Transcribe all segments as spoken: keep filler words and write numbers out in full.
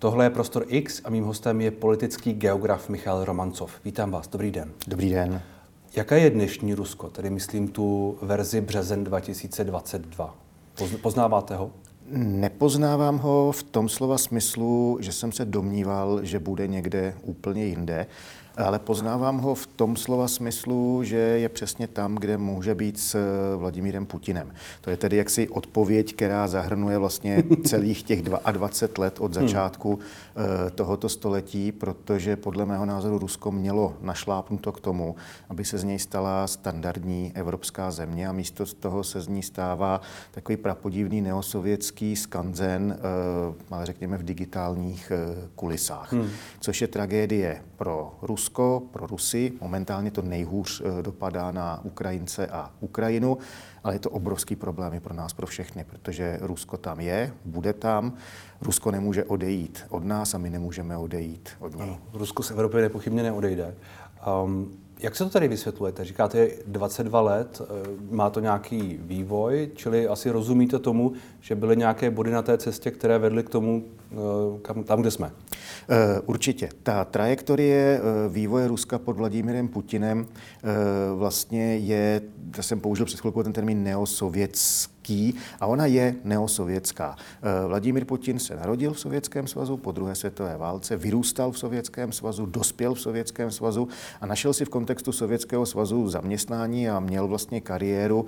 Tohle je Prostor X a mým hostem je politický geograf Michal Romancov. Vítám vás, dobrý den. Dobrý den. Jaké je dnešní Rusko, tedy myslím tu verzi březen dva tisíce dvacet dva? Poznáváte ho? Nepoznávám ho v tom slova smyslu, že jsem se domníval, že bude někde úplně jinde, ale poznávám ho v tom slova smyslu, že je přesně tam, kde může být s Vladimírem Putinem. To je tedy jaksi odpověď, která zahrnuje vlastně celých těch dvacet dva let od začátku hmm. tohoto století, protože podle mého názoru Rusko mělo našlápnuto k tomu, aby se z něj stala standardní evropská země a místo toho se z ní stává takový prapodivný neosovětský skanzen, ale řekněme v digitálních kulisách, hmm. což je tragédie pro Rusko. Rusko, pro Rusy, momentálně to nejhůř dopadá na Ukrajince a Ukrajinu, ale je to obrovský problém pro nás, pro všechny, protože Rusko tam je, bude tam, Rusko nemůže odejít od nás a my nemůžeme odejít od něj. Ano, Rusko z Evropy nepochybně neodejde. Um, jak se to tady vysvětlujete? Říkáte dvacet dva let, má to nějaký vývoj, čili asi rozumíte tomu, že byly nějaké body na té cestě, které vedly k tomu, kam, tam, kde jsme? Určitě. Ta trajektorie vývoje Ruska pod Vladimírem Putinem vlastně je, já jsem použil před chvilkou ten termín neosovětský, a ona je neosovětská. Vladimír Putin se narodil v Sovětském svazu po druhé světové válce, vyrůstal v Sovětském svazu, dospěl v Sovětském svazu a našel si v kontextu Sovětského svazu zaměstnání a měl vlastně kariéru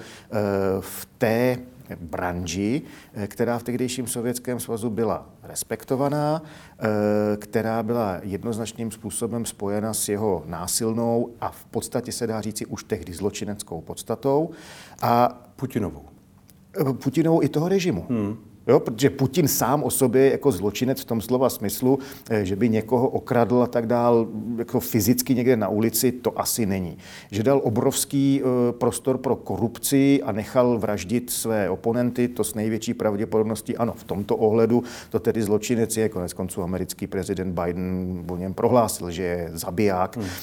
v té branži, která v tehdejším Sovětském svazu byla respektovaná, která byla jednoznačným způsobem spojena s jeho násilnou a v podstatě se dá říci už tehdy zločineckou podstatou a Putinovou. Putinovou i toho režimu. Hmm. Jo, protože Putin sám o sobě jako zločinec v tom slova smyslu, že by někoho okradl a tak dál, jako fyzicky někde na ulici, to asi není. Že dal obrovský prostor pro korupci a nechal vraždit své oponenty, to s největší pravděpodobností, ano, v tomto ohledu to tedy zločinec je, konec konců americký prezident Biden o něm prohlásil, že je zabiják. Hmm.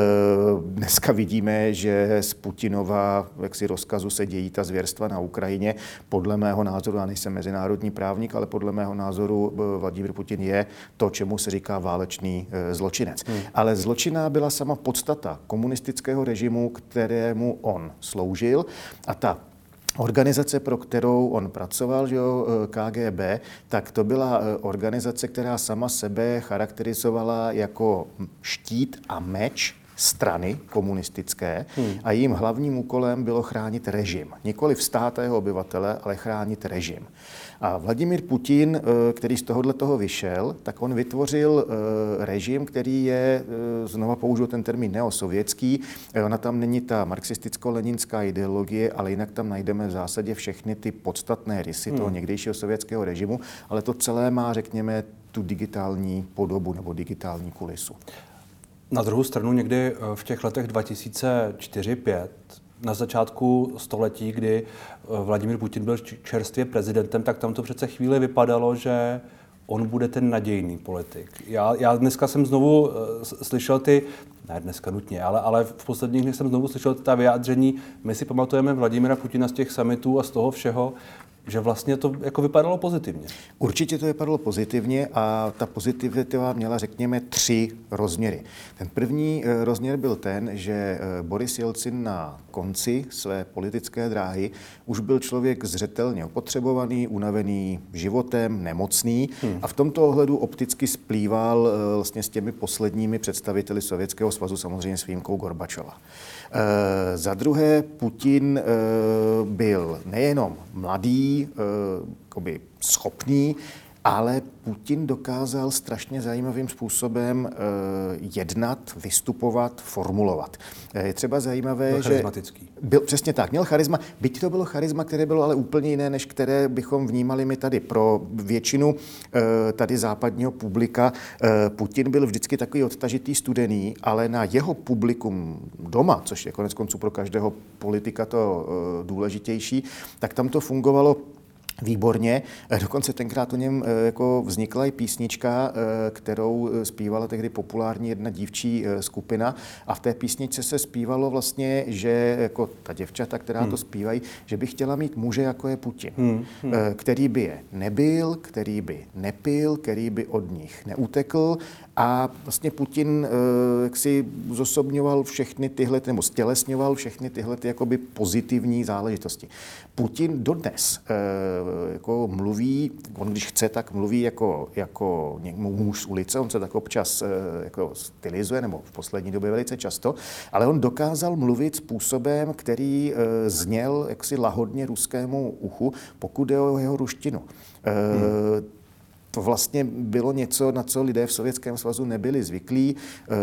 Dneska vidíme, že z Putinova jaksi rozkazu se dějí ta zvěrstva na Ukrajině. Podle mého názoru, já nejsem mezinárodní právník, ale podle mého názoru Vladimír Putin je to, čemu se říká válečný zločinec. Hmm. Ale zločinná byla sama podstata komunistického režimu, kterému on sloužil, a ta organizace, pro kterou on pracoval, že jo, K G B, tak to byla organizace, která sama sebe charakterizovala jako štít a meč strany komunistické hmm. a jejím hlavním úkolem bylo chránit režim. Nikoli stát a jeho obyvatele, ale chránit režim. A Vladimír Putin, který z tohohle toho vyšel, tak on vytvořil režim, který je, znova použil ten termín neosovětský, ona tam není ta marxisticko-leninská ideologie, ale jinak tam najdeme v zásadě všechny ty podstatné rysy hmm. toho někdejšího sovětského režimu, ale to celé má, řekněme, tu digitální podobu nebo digitální kulisu. Na druhou stranu někdy v těch letech dva tisíce čtyři pět, na začátku století, kdy Vladimír Putin byl čerstvě prezidentem, tak tam to přece chvíli vypadalo, že on bude ten nadějný politik. Já, já dneska jsem znovu slyšel ty, ne dneska nutně, ale, ale v posledních dnech jsem znovu slyšel ta vyjádření. My si pamatujeme Vladimíra Putina z těch summitů a z toho všeho, že vlastně to jako vypadalo pozitivně. Určitě to vypadalo pozitivně a ta pozitivita měla, řekněme, tři rozměry. Ten první rozměr byl ten, že Boris Jelcin na konci své politické dráhy už byl člověk zřetelně opotřebovaný, unavený životem, nemocný hmm. a v tomto ohledu opticky splýval vlastně s těmi posledními představiteli Sovětského svazu, samozřejmě s výjimkou Gorbačova. E, za druhé, Putin e, byl nejenom mladý, jakoby schopný, ale Putin dokázal strašně zajímavým způsobem jednat, vystupovat, formulovat. Je třeba zajímavé, byl charismatický. Že byl přesně tak, měl charisma, byť to bylo charisma, které bylo ale úplně jiné, než které bychom vnímali my tady. Pro většinu tady západního publika Putin byl vždycky takový odtažitý, studený, ale na jeho publikum doma, což je konec konců pro každého politika to důležitější, tak tam to fungovalo výborně. Dokonce tenkrát o něm jako vznikla i písnička, kterou zpívala tehdy populární jedna dívčí skupina a v té písničce se zpívalo vlastně, že jako ta děvčata, která hmm. to zpívají, že by chtěla mít muže, jako je Putin, hmm. Hmm. který by je nebyl, který by nepil, který by od nich neutekl a vlastně Putin jak si zosobňoval všechny tyhle, nebo stělesňoval všechny tyhle ty jakoby pozitivní záležitosti. Putin dodnes jako mluví, on když chce, tak mluví jako, jako muž z ulice, on se tak občas jako stylizuje, nebo v poslední době velice často, ale on dokázal mluvit způsobem, který zněl jaksi lahodně ruskému uchu, pokud jde o jeho ruštinu. Hmm. To vlastně bylo něco, na co lidé v Sovětském svazu nebyli zvyklí.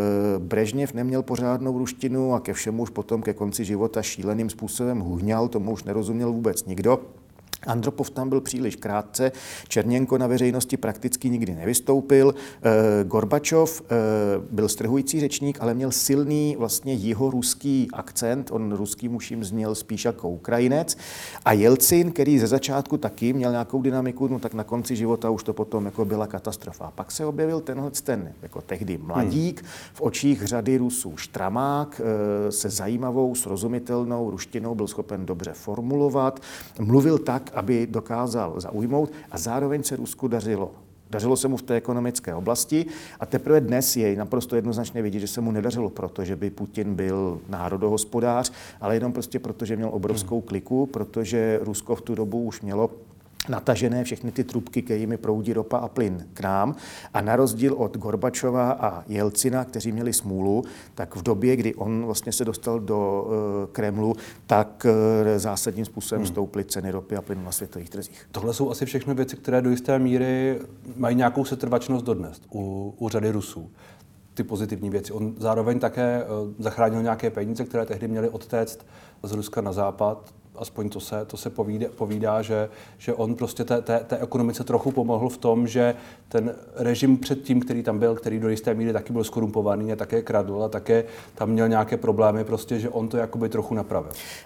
Brežněv neměl pořádnou ruštinu a ke všemu už potom ke konci života šíleným způsobem huhňal, tomu už nerozuměl vůbec nikdo. Andropov tam byl příliš krátce, Černěnko na veřejnosti prakticky nikdy nevystoupil, e, Gorbačov e, byl strhující řečník, ale měl silný vlastně jihoruský akcent, on ruský mužím zněl spíš jako Ukrajinec a Jelcin, který ze začátku taky měl nějakou dynamiku, no tak na konci života už to potom jako byla katastrofa. A pak se objevil tenhle ten jako tehdy mladík, hmm. v očích řady Rusů Štramák, e, se zajímavou, srozumitelnou ruštinou, byl schopen dobře formulovat, mluvil tak, aby dokázal zaujmout a zároveň se Rusku dařilo. Dařilo se mu v té ekonomické oblasti a teprve dnes je naprosto jednoznačně vidět, že se mu nedařilo proto, že by Putin byl národohospodář, ale jenom prostě proto, že měl obrovskou kliku, protože Rusko v tu dobu už mělo natažené všechny ty trubky, kterými proudí ropa a plyn k nám. A na rozdíl od Gorbačova a Jelcina, kteří měli smůlu, tak v době, kdy on vlastně se dostal do uh, Kremlu, tak uh, zásadním způsobem hmm. stouply ceny ropy a plynu na světových trzích. Tohle jsou asi všechno věci, které do jisté míry mají nějakou setrvačnost dodnes u, u řady Rusů. Ty pozitivní věci. On zároveň také uh, zachránil nějaké peníze, které tehdy měly odtéct z Ruska na západ. Aspoň to se, to se povídá, povídá že, že on prostě té, té, té ekonomice trochu pomohl v tom, že ten režim předtím, který tam byl, který do jisté míry taky byl skorumpovaný a také kradl a také tam měl nějaké problémy, prostě, že on to jakoby trochu napravil.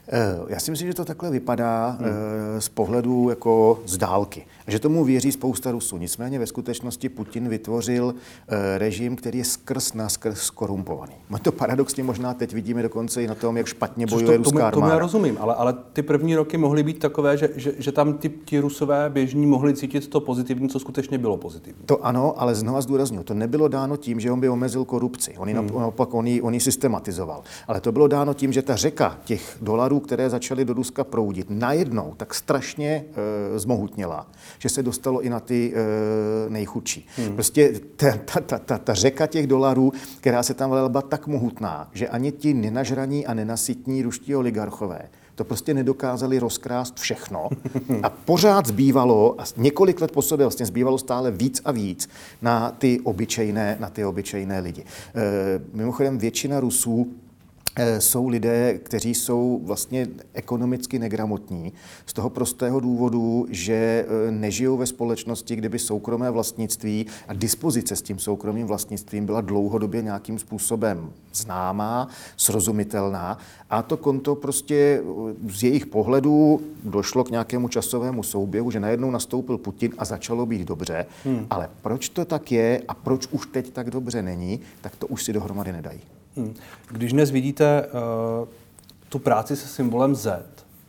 Já si myslím, že to takhle vypadá hmm. z pohledu jako z dálky. Že tomu věří spousta Rusů. Nicméně ve skutečnosti Putin vytvořil režim, který je skrz na skrz skorumpovaný. To paradoxně možná teď vidíme dokonce i na tom, jak špatně bojuje to, ruská tomu, armáda. Tomu já rozumím, ale, ale ty první roky mohly být takové, že, že, že tam ty, ti Rusové běžní mohli cítit to pozitivní, co skutečně bylo pozitivní. To ano, ale znova zdůrazňuji, to nebylo dáno tím, že on by omezil korupci. On ji hmm. naopak on ji, on ji systematizoval. Ale to bylo dáno tím, že ta řeka těch dolarů, které začaly do Ruska proudit, najednou tak strašně e, zmohutněla, že se dostalo i na ty e, nejchudší. Hmm. Prostě ta, ta, ta, ta, ta řeka těch dolarů, která se tam valila, byla tak mohutná, že ani ti nenažraní a nenasytní ruští oligarchové to prostě nedokázali rozkrást všechno a pořád zbývalo, a několik let po sobě vlastně zbývalo stále víc a víc na ty obyčejné, na ty obyčejné lidi. E, mimochodem většina Rusů jsou lidé, kteří jsou vlastně ekonomicky negramotní z toho prostého důvodu, že nežijou ve společnosti, kde by soukromé vlastnictví a dispozice s tím soukromým vlastnictvím byla dlouhodobě nějakým způsobem známá, srozumitelná a to konto prostě z jejich pohledu došlo k nějakému časovému souběhu, že najednou nastoupil Putin a začalo být dobře, hmm. ale proč to tak je a proč už teď tak dobře není, tak to už si dohromady nedají. Když dnes vidíte uh, tu práci se symbolem Z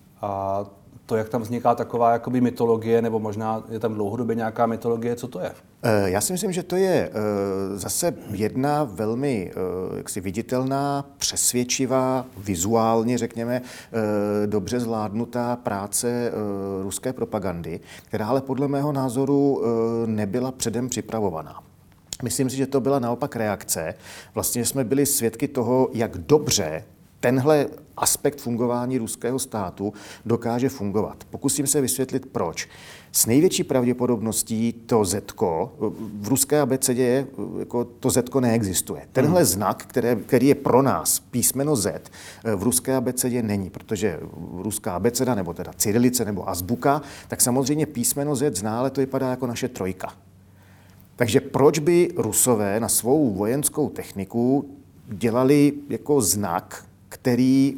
a to, jak tam vzniká taková jakoby mytologie, nebo možná je tam dlouhodobě nějaká mytologie, co to je? Já si myslím, že to je zase jedna velmi jaksi viditelná, přesvědčivá, vizuálně, řekněme, dobře zvládnutá práce ruské propagandy, která ale podle mého názoru nebyla předem připravovaná. Myslím si, že to byla naopak reakce. Vlastně jsme byli svědky toho, jak dobře tenhle aspekt fungování ruského státu dokáže fungovat. Pokusím se vysvětlit, proč. S největší pravděpodobností to zetko, v ruské abecedě jako to zetko neexistuje. Tenhle hmm. znak, které, který je pro nás písmeno Z, v ruské abecedě není, protože ruská abeceda, nebo teda cyrilice, nebo azbuka, tak samozřejmě písmeno Z zná, ale to vypadá jako naše trojka. Takže proč by Rusové na svou vojenskou techniku dělali jako znak, který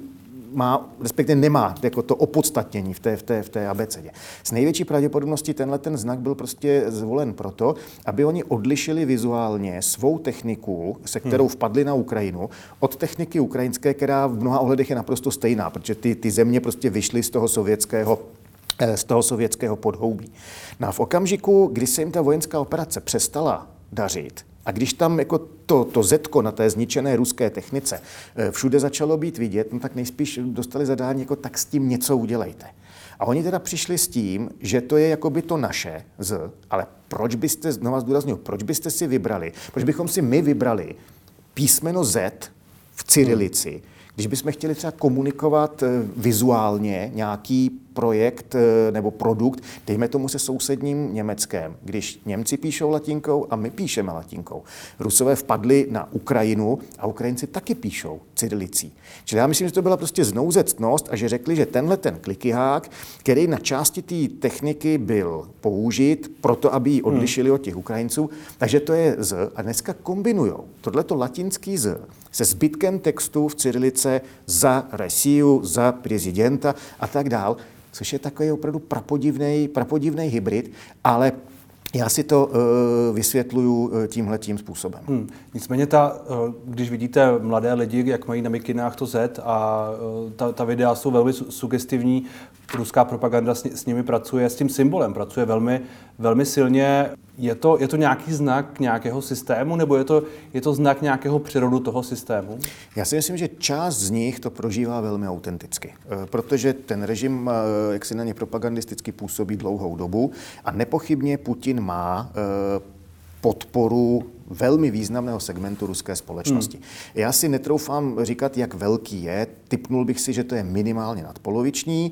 má, respektive nemá jako to opodstatnění v té, v té, v té abecedě. S největší pravděpodobností tenhle ten znak byl prostě zvolen proto, aby oni odlišili vizuálně svou techniku, se kterou vpadli na Ukrajinu, od techniky ukrajinské, která v mnoha ohledech je naprosto stejná, protože ty, ty země prostě vyšly z toho sovětského z toho sovětského podhoubí. No a v okamžiku, kdy se jim ta vojenská operace přestala dařit, a když tam jako to, to zetko na té zničené ruské technice všude začalo být vidět, no tak nejspíš dostali zadání, jako tak s tím něco udělejte. A oni teda přišli s tím, že to je jakoby to naše z, ale proč byste, znovu zdůrazňuji, proč byste si vybrali, proč bychom si my vybrali písmeno Z v cyrilici, když bychom chtěli třeba komunikovat vizuálně nějaký projekt nebo produkt, dejme tomu se sousedním Německem, když Němci píšou latinkou a my píšeme latinkou. Rusové vpadli na Ukrajinu a Ukrajinci taky píšou cyrilicí. Čili já myslím, že to byla prostě znouzectnost a že řekli, že tenhle ten klikihák, který na části té techniky byl použit proto, aby ji odlišili od těch Ukrajinců, takže to je Z a dneska kombinujou tohleto latinský Z se zbytkem textu v cyrilice za Resiu, za prezidenta a tak dál, což je takový opravdu prapodivnej, prapodivnej hybrid, ale já si to uh, vysvětluju uh, tímhletím způsobem. Hmm. Nicméně, ta, uh, když vidíte mladé lidi, jak mají na mikinách to Z a uh, ta, ta videa jsou velmi su- sugestivní, ruská propaganda s, s nimi pracuje, s tím symbolem pracuje velmi, velmi silně. Je to, je to nějaký znak nějakého systému, nebo je to, je to znak nějakého přerodu toho systému? Já si myslím, že část z nich to prožívá velmi autenticky, protože ten režim, jak si na ně propagandisticky působí dlouhou dobu a nepochybně Putin má podporu velmi významného segmentu ruské společnosti. Hmm. Já si netroufám říkat, jak velký je. Tipnul bych si, že to je minimálně nadpoloviční,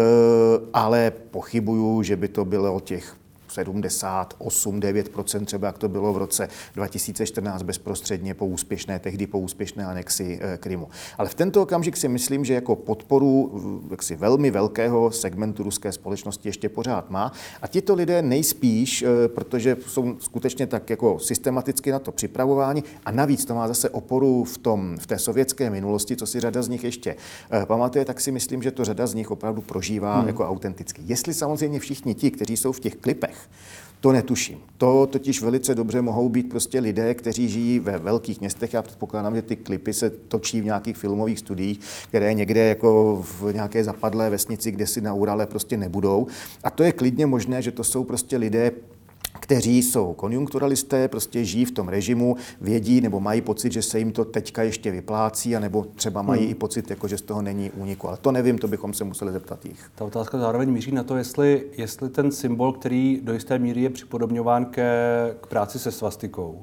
ale pochybuju, že by to bylo těch sedmdesát osm devět procent třeba, jak to bylo v roce dva tisíce čtrnáct bezprostředně po úspěšné, tehdy po úspěšné anexi Krymu. Ale v tento okamžik si myslím, že jako podporu jaksi velmi velkého segmentu ruské společnosti ještě pořád má. A tito lidé nejspíš, protože jsou skutečně tak jako systematicky na to připravováni a navíc to má zase oporu v, tom, v té sovětské minulosti, co si řada z nich ještě pamatuje, tak si myslím, že to řada z nich opravdu prožívá hmm. jako autenticky. Jestli samozřejmě všichni ti, kteří jsou v těch klipech, to netuším. To totiž velice dobře mohou být prostě lidé, kteří žijí ve velkých městech. Já předpokládám, že ty klipy se točí v nějakých filmových studiích, které někde jako v nějaké zapadlé vesnici, kde si na Urale prostě nebudou. A to je klidně možné, že to jsou prostě lidé, kteří jsou konjunkturalisté, prostě žijí v tom režimu, vědí nebo mají pocit, že se jim to teďka ještě vyplácí, anebo třeba mají hmm. i pocit, jako, že z toho není úniku. Ale to nevím, to bychom se museli zeptat jich. Ta otázka zároveň míří na to, jestli, jestli ten symbol, který do jisté míry je připodobňován ke, k práci se svastikou,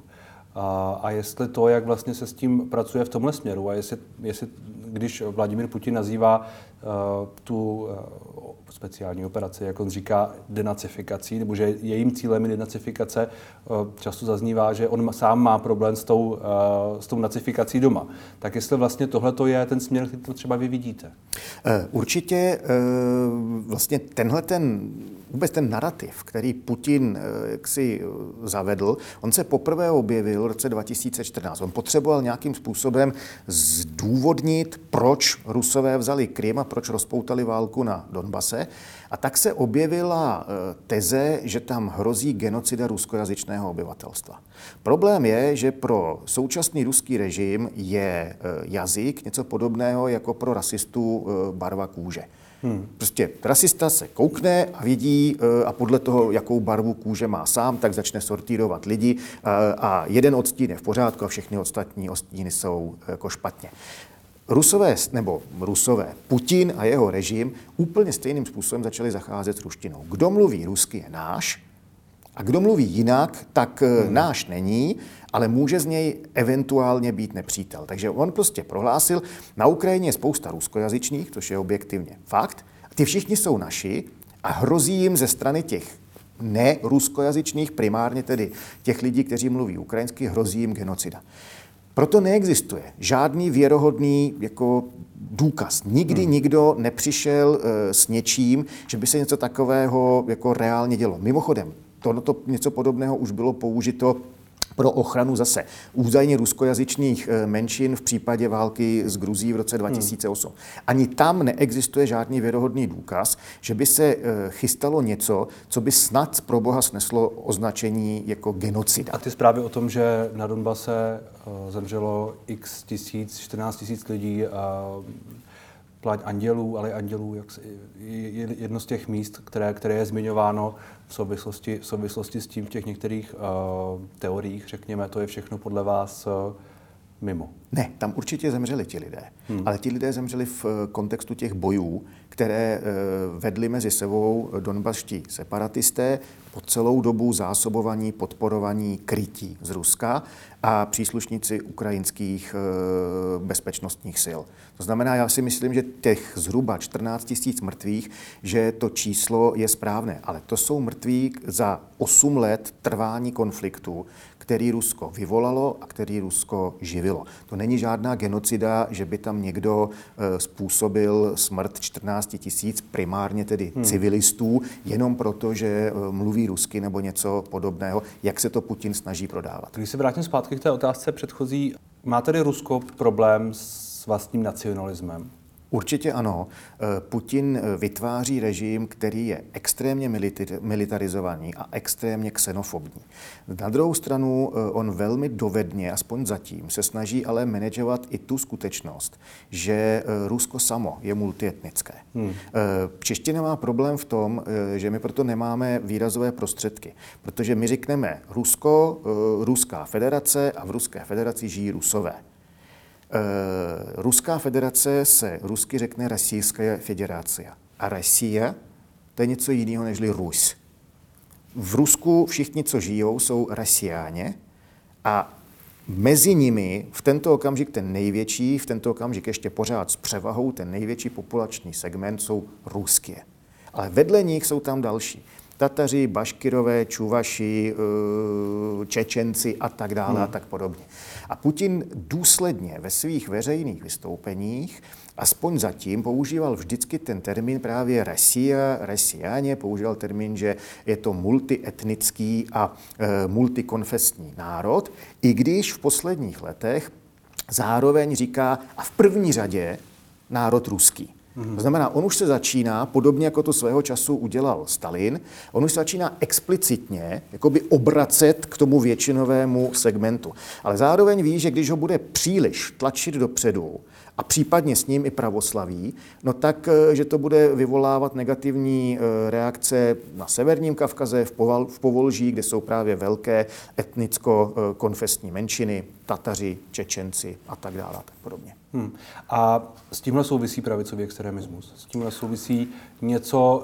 a, a jestli to, jak vlastně se s tím pracuje v tomhle směru, a jestli, jestli když Vladimír Putin nazývá uh, tu uh, speciální operaci, jak on říká, denacifikací, nebo že jejím cílem je denacifikace, často zaznívá, že on sám má problém s tou, s tou nacifikací doma. Tak jestli vlastně tohleto je ten směr, který to třeba vy vidíte? Určitě vlastně tenhle ten, vůbec ten narrativ, který Putin jaksi zavedl, on se poprvé objevil v roce dva tisíce čtrnáct. On potřeboval nějakým způsobem zdůvodnit, proč Rusové vzali Krym a proč rozpoutali válku na Donbase. A tak se objevila teze, že tam hrozí genocida ruskojazyčného obyvatelstva. Problém je, že pro současný ruský režim je jazyk něco podobného jako pro rasistu barva kůže. Hmm. Prostě rasista se koukne a vidí a podle toho, jakou barvu kůže má sám, tak začne sortírovat lidi a jeden odstín je v pořádku a všechny ostatní odstíny jsou jako špatně. Rusové, nebo Rusové, Putin a jeho režim úplně stejným způsobem začali zacházet s ruštinou. Kdo mluví rusky, je náš, a kdo mluví jinak, tak hmm. náš není, ale může z něj eventuálně být nepřítel. Takže on prostě prohlásil, na Ukrajině je spousta ruskojazyčných, což je objektivně fakt, ty všichni jsou naši a hrozí jim ze strany těch neruskojazyčných, primárně tedy těch lidí, kteří mluví ukrajinsky, hrozí jim genocida. Proto neexistuje žádný věrohodný jako důkaz. Nikdy hmm. nikdo nepřišel uh, s něčím, že by se něco takového jako reálně dělo. Mimochodem, tohleto něco podobného už bylo použito pro ochranu zase údajně ruskojazyčných menšin v případě války s Gruzií v roce dva tisíce osm. Hmm. Ani tam neexistuje žádný věrohodný důkaz, že by se chystalo něco, co by snad pro boha sneslo označení jako genocida. A ty zprávy o tom, že na Donbase zemřelo x tisíc, čtrnáct tisíc lidí a pláň andělů, ale andělů, jak se, jedno z těch míst, které, které je zmiňováno v souvislosti, v souvislosti s tím v těch některých uh, teoriích, řekněme, to je všechno podle vás uh, mimo. Ne, tam určitě zemřeli ti lidé, hmm. ale ti lidé zemřeli v kontextu těch bojů, které vedli mezi sebou donbašští separatisté po celou dobu zásobovaní, podporovaní, krytí z Ruska a příslušníci ukrajinských bezpečnostních sil. To znamená, já si myslím, že těch zhruba čtrnáct tisíc mrtvých, že to číslo je správné, ale to jsou mrtví za osm let trvání konfliktu, který Rusko vyvolalo a který Rusko živilo. To není žádná genocida, že by tam někdo e, způsobil smrt čtrnáct tisíc primárně tedy hmm. civilistů, jenom proto, že e, mluví rusky nebo něco podobného, jak se to Putin snaží prodávat. Když se vrátím zpátky k té otázce předchozí, má tedy Rusko problém s vlastním nacionalismem? Určitě ano. Putin vytváří režim, který je extrémně militarizovaný a extrémně xenofobní. Na druhou stranu on velmi dovedně, aspoň zatím, se snaží ale manažovat i tu skutečnost, že Rusko samo je multietnické. Hmm. Čeština má problém v tom, že my proto nemáme výrazové prostředky, protože my řekneme Rusko, Ruská federace a v Ruské federaci žijí Rusové. Ruská federace se rusky řekne Российská federace. A Россия to je něco jiného nežli Rus. V Rusku všichni, co žijou, jsou Rasiáně a mezi nimi v tento okamžik ten největší, v tento okamžik ještě pořád s převahou, ten největší populační segment jsou Ruskie. Ale vedle nich jsou tam další. Tataři, Baškirové, Čuvaši, Čečenci a tak dále hmm. a tak podobně. A Putin důsledně ve svých veřejných vystoupeních, aspoň zatím, používal vždycky ten termín právě Россия, Rasiáně, používal termín, že je to multietnický a e, multikonfesní národ, i když v posledních letech zároveň říká a v první řadě národ ruský. Mm-hmm. To znamená, on už se začíná, podobně jako to svého času udělal Stalin, on už se začíná explicitně jakoby obracet k tomu většinovému segmentu. Ale zároveň ví, že když ho bude příliš tlačit dopředu a případně s ním i pravoslaví, no tak, že to bude vyvolávat negativní reakce na Severním Kavkaze, v, Poval, v Povolží, kde jsou právě velké etnicko-konfesní menšiny, Tataři, Čečenci a tak dále a tak podobně. Hmm. A s tímhle souvisí pravicový extremismus? S tímhle souvisí něco,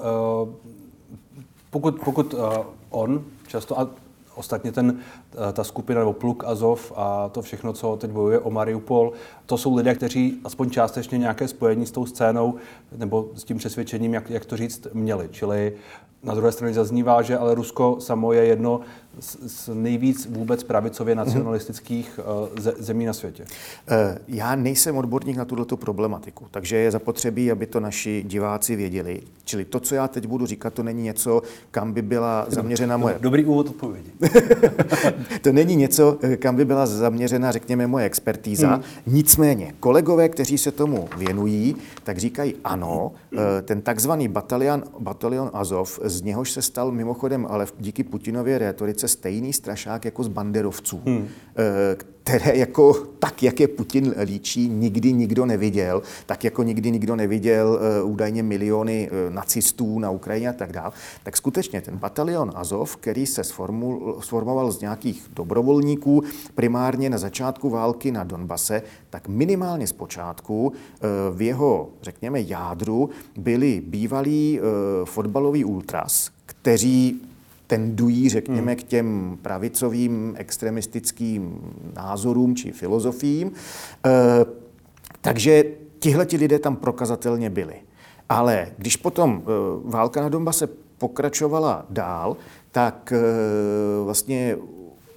pokud, pokud on často, a ostatně ten, ta skupina nebo pluk Azov a to všechno, co teď bojuje o Mariupol, to jsou lidé, kteří aspoň částečně nějaké spojení s tou scénou nebo s tím přesvědčením, jak, jak to říct, měli. Čili na druhé straně zaznívá, že ale Rusko samo je jedno z, z nejvíc vůbec pravicově nacionalistických mm-hmm. zemí na světě. Já nejsem odborník na tuto problematiku, takže je zapotřebí, aby to naši diváci věděli. Čili to, co já teď budu říkat, to není něco, kam by byla zaměřena moje... Dobrý úvod odpovědi. To není něco, kam by byla zaměřena, řekněme, moje expertíza. Mm. Nicméně, kolegové, kteří se tomu věnují, tak říkají ano, ten takzvaný batalion, batalion Azov, z něhož se stal mimochodem, ale díky Putinově rétorice, stejný strašák jako z banderovců, hmm. které jako tak, jak je Putin líčí, nikdy nikdo neviděl, tak jako nikdy nikdo neviděl údajně miliony nacistů na Ukrajině a tak dále, tak skutečně ten batalion Azov, který se sformoval z nějakých dobrovolníků, primárně na začátku války na Donbase, tak minimálně zpočátku v jeho, řekněme, jádru byli bývalí fotbaloví ultras, kteří tendují, řekněme, k těm pravicovým extremistickým názorům či filozofiím. E, takže tihleti lidé tam prokazatelně byli. Ale když potom e, válka na Donbase pokračovala dál, tak e, vlastně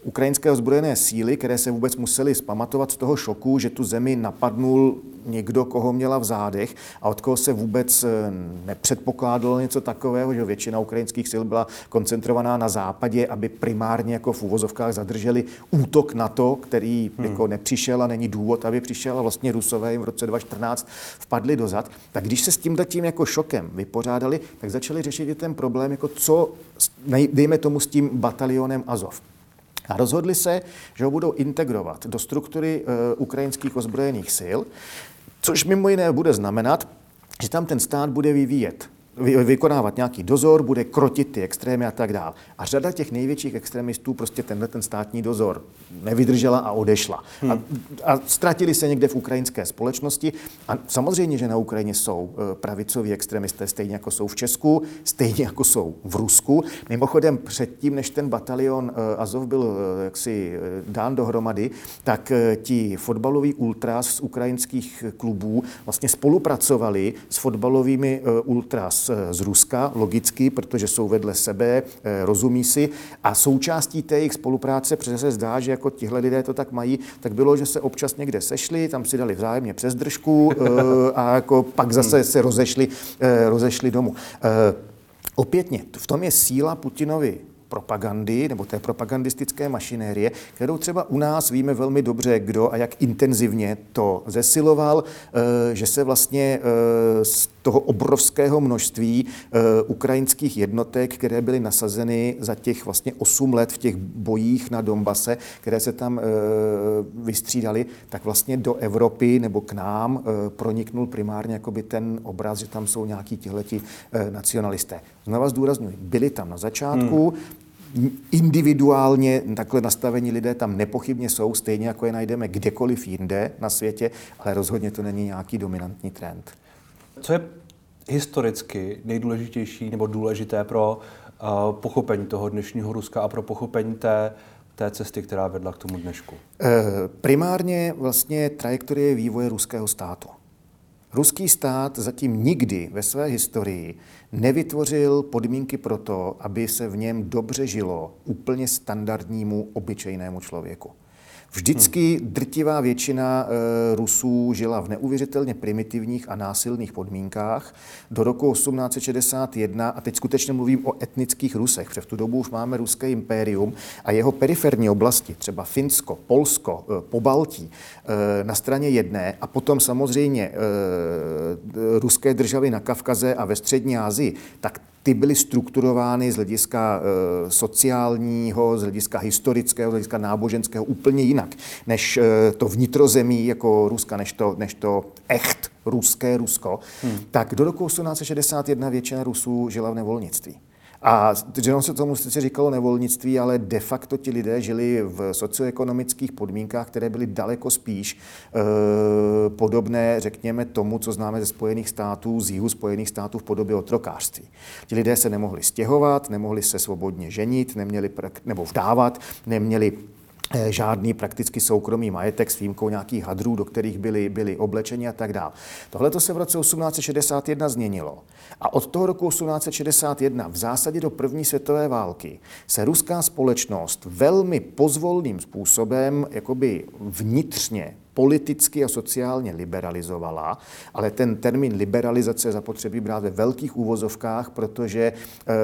ukrajinské ozbrojené síly, které se vůbec museli zpamatovat z toho šoku, že tu zemi napadnul někdo, koho měla v zádech a od koho se vůbec nepředpokládalo něco takového, že většina ukrajinských sil byla koncentrovaná na západě, aby primárně jako v úvozovkách zadrželi útok na to, který hmm. jako nepřišel a není důvod, aby přišel a vlastně Rusové jim v roce dva tisíce čtrnáct vpadli dozad. Tak když se s tímhletím jako šokem vypořádali, tak začali řešit i ten problém, jako co, dejme tomu s tím batalionem Azov. A rozhodli se, že ho budou integrovat do struktury e, ukrajinských ozbrojených sil, což mimo jiné bude znamenat, že tam ten stát bude vyvíjet, vy, vykonávat nějaký dozor, bude krotit ty extrémy a tak dál. A řada těch největších extremistů prostě tenhle ten státní dozor nevydržela a odešla. Hmm. A, a ztratili se někde v ukrajinské společnosti. A samozřejmě, že na Ukrajině jsou pravicoví extremisté, stejně jako jsou v Česku, stejně jako jsou v Rusku. Mimochodem předtím, než ten batalion Azov byl jaksi dán dohromady, tak ti fotbaloví ultras z ukrajinských klubů vlastně spolupracovali s fotbalovými ultras z Ruska, logicky, protože jsou vedle sebe, rozumí si. A součástí té jejich spolupráce, protože se zdá, že jako tihle lidé to tak mají, tak bylo, že se občas někde sešli, tam si dali vzájemně přes držku a jako pak zase se rozešli, rozešli domů. Opětně, v tom je síla Putinovy propagandy, nebo té propagandistické mašinérie, kterou třeba u nás víme velmi dobře, kdo a jak intenzivně to zesiloval, že se vlastně z toho obrovského množství ukrajinských jednotek, které byly nasazeny za těch vlastně osm let v těch bojích na Donbase, které se tam vystřídaly, tak vlastně do Evropy nebo k nám proniknul primárně jakoby ten obraz, že tam jsou nějaký tihleti nacionalisté. Znova zdůrazňuji, byli tam na začátku, hmm. individuálně takhle nastavení lidé tam nepochybně jsou, stejně jako je najdeme kdekoliv jinde na světě, ale rozhodně to není nějaký dominantní trend. Co je historicky nejdůležitější nebo důležité pro uh, pochopení toho dnešního Ruska a pro pochopení té, té cesty, která vedla k tomu dnešku? E, primárně vlastně trajektorie vývoje ruského státu. Ruský stát zatím nikdy ve své historii nevytvořil podmínky pro to, aby se v něm dobře žilo úplně standardnímu, obyčejnému člověku. Vždycky drtivá většina e, Rusů žila v neuvěřitelně primitivních a násilných podmínkách do roku osmnáct set šedesát jedna, a teď skutečně mluvím o etnických Rusech, protože v tu dobu už máme ruské impérium a jeho periferní oblasti, třeba Finsko, Polsko, e, Pobaltí, e, na straně jedné a potom samozřejmě e, ruské državy na Kavkaze a ve střední Asii, tak ty byly strukturovány z hlediska e, sociálního, z hlediska historického, z hlediska náboženského úplně jinak, než e, to vnitrozemí jako Ruska, než to, než to echt ruské Rusko. Hmm. Tak do roku osmnáct set šedesát jedna většina Rusů žila v nevolnictví. A že se tomu sice říkalo nevolnictví, ale de facto ti lidé žili v socioekonomických podmínkách, které byly daleko spíš e, podobné, řekněme, tomu, co známe ze Spojených států, z jihu Spojených států v podobě otrokářství. Ti lidé se nemohli stěhovat, nemohli se svobodně ženit, neměli nebo vdávat, neměli žádný prakticky soukromý majetek s výjimkou nějakých hadrů, do kterých byli, byli oblečeni a tak dále. Tohle to se v roce osmnáct set šedesát jedna změnilo. A od toho roku osmnáct set šedesát jedna v zásadě do první světové války se ruská společnost velmi pozvolným způsobem jakoby vnitřně politicky a sociálně liberalizovala, ale ten termín liberalizace zapotřebí brát ve velkých úvozovkách, protože e,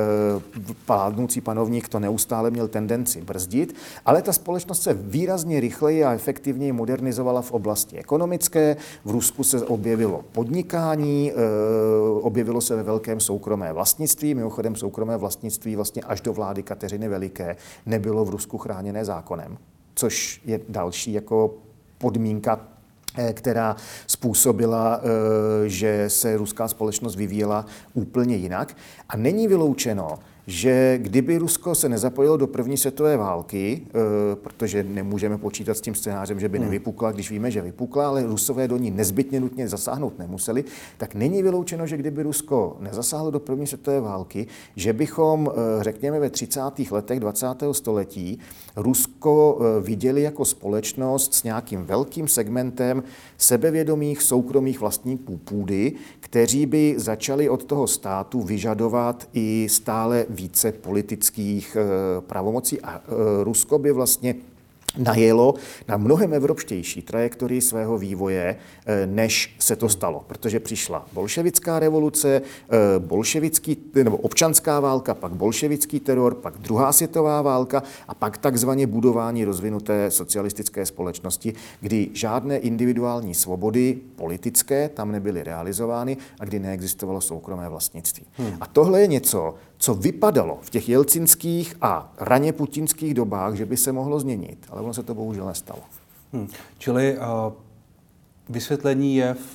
vládnoucí panovník to neustále měl tendenci brzdit, ale ta společnost se výrazně rychleji a efektivněji modernizovala v oblasti ekonomické. V Rusku se objevilo podnikání, e, objevilo se ve velkém soukromé vlastnictví, mimochodem soukromé vlastnictví vlastně až do vlády Kateřiny Veliké nebylo v Rusku chráněné zákonem, což je další jako podmínka, která způsobila, že se ruská společnost vyvíjela úplně jinak. A není vyloučeno, že kdyby Rusko se nezapojilo do první světové války, protože nemůžeme počítat s tím scénářem, že by nevypukla, když víme, že vypukla, ale Rusové do ní nezbytně nutně zasáhnout nemuseli, tak není vyloučeno, že kdyby Rusko nezasáhlo do první světové války, že bychom, řekněme, ve třicátých letech dvacátého století Rusko viděli jako společnost s nějakým velkým segmentem sebevědomých soukromých vlastníků půdy, kteří by začali od toho státu vyžadovat i stále více politických pravomocí a Rusko by vlastně najelo na mnohem evropštější trajektorii svého vývoje, než se to stalo. Protože přišla bolševická revoluce, bolševický, nebo občanská válka, pak bolševický teror, pak druhá světová válka a pak takzvaně budování rozvinuté socialistické společnosti, kdy žádné individuální svobody politické tam nebyly realizovány a kdy neexistovalo soukromé vlastnictví. Hmm. A tohle je něco, co vypadalo v těch jelcinských a raně putinských dobách, že by se mohlo změnit, ale ono se to bohužel nestalo. Hmm. Čili uh, vysvětlení je v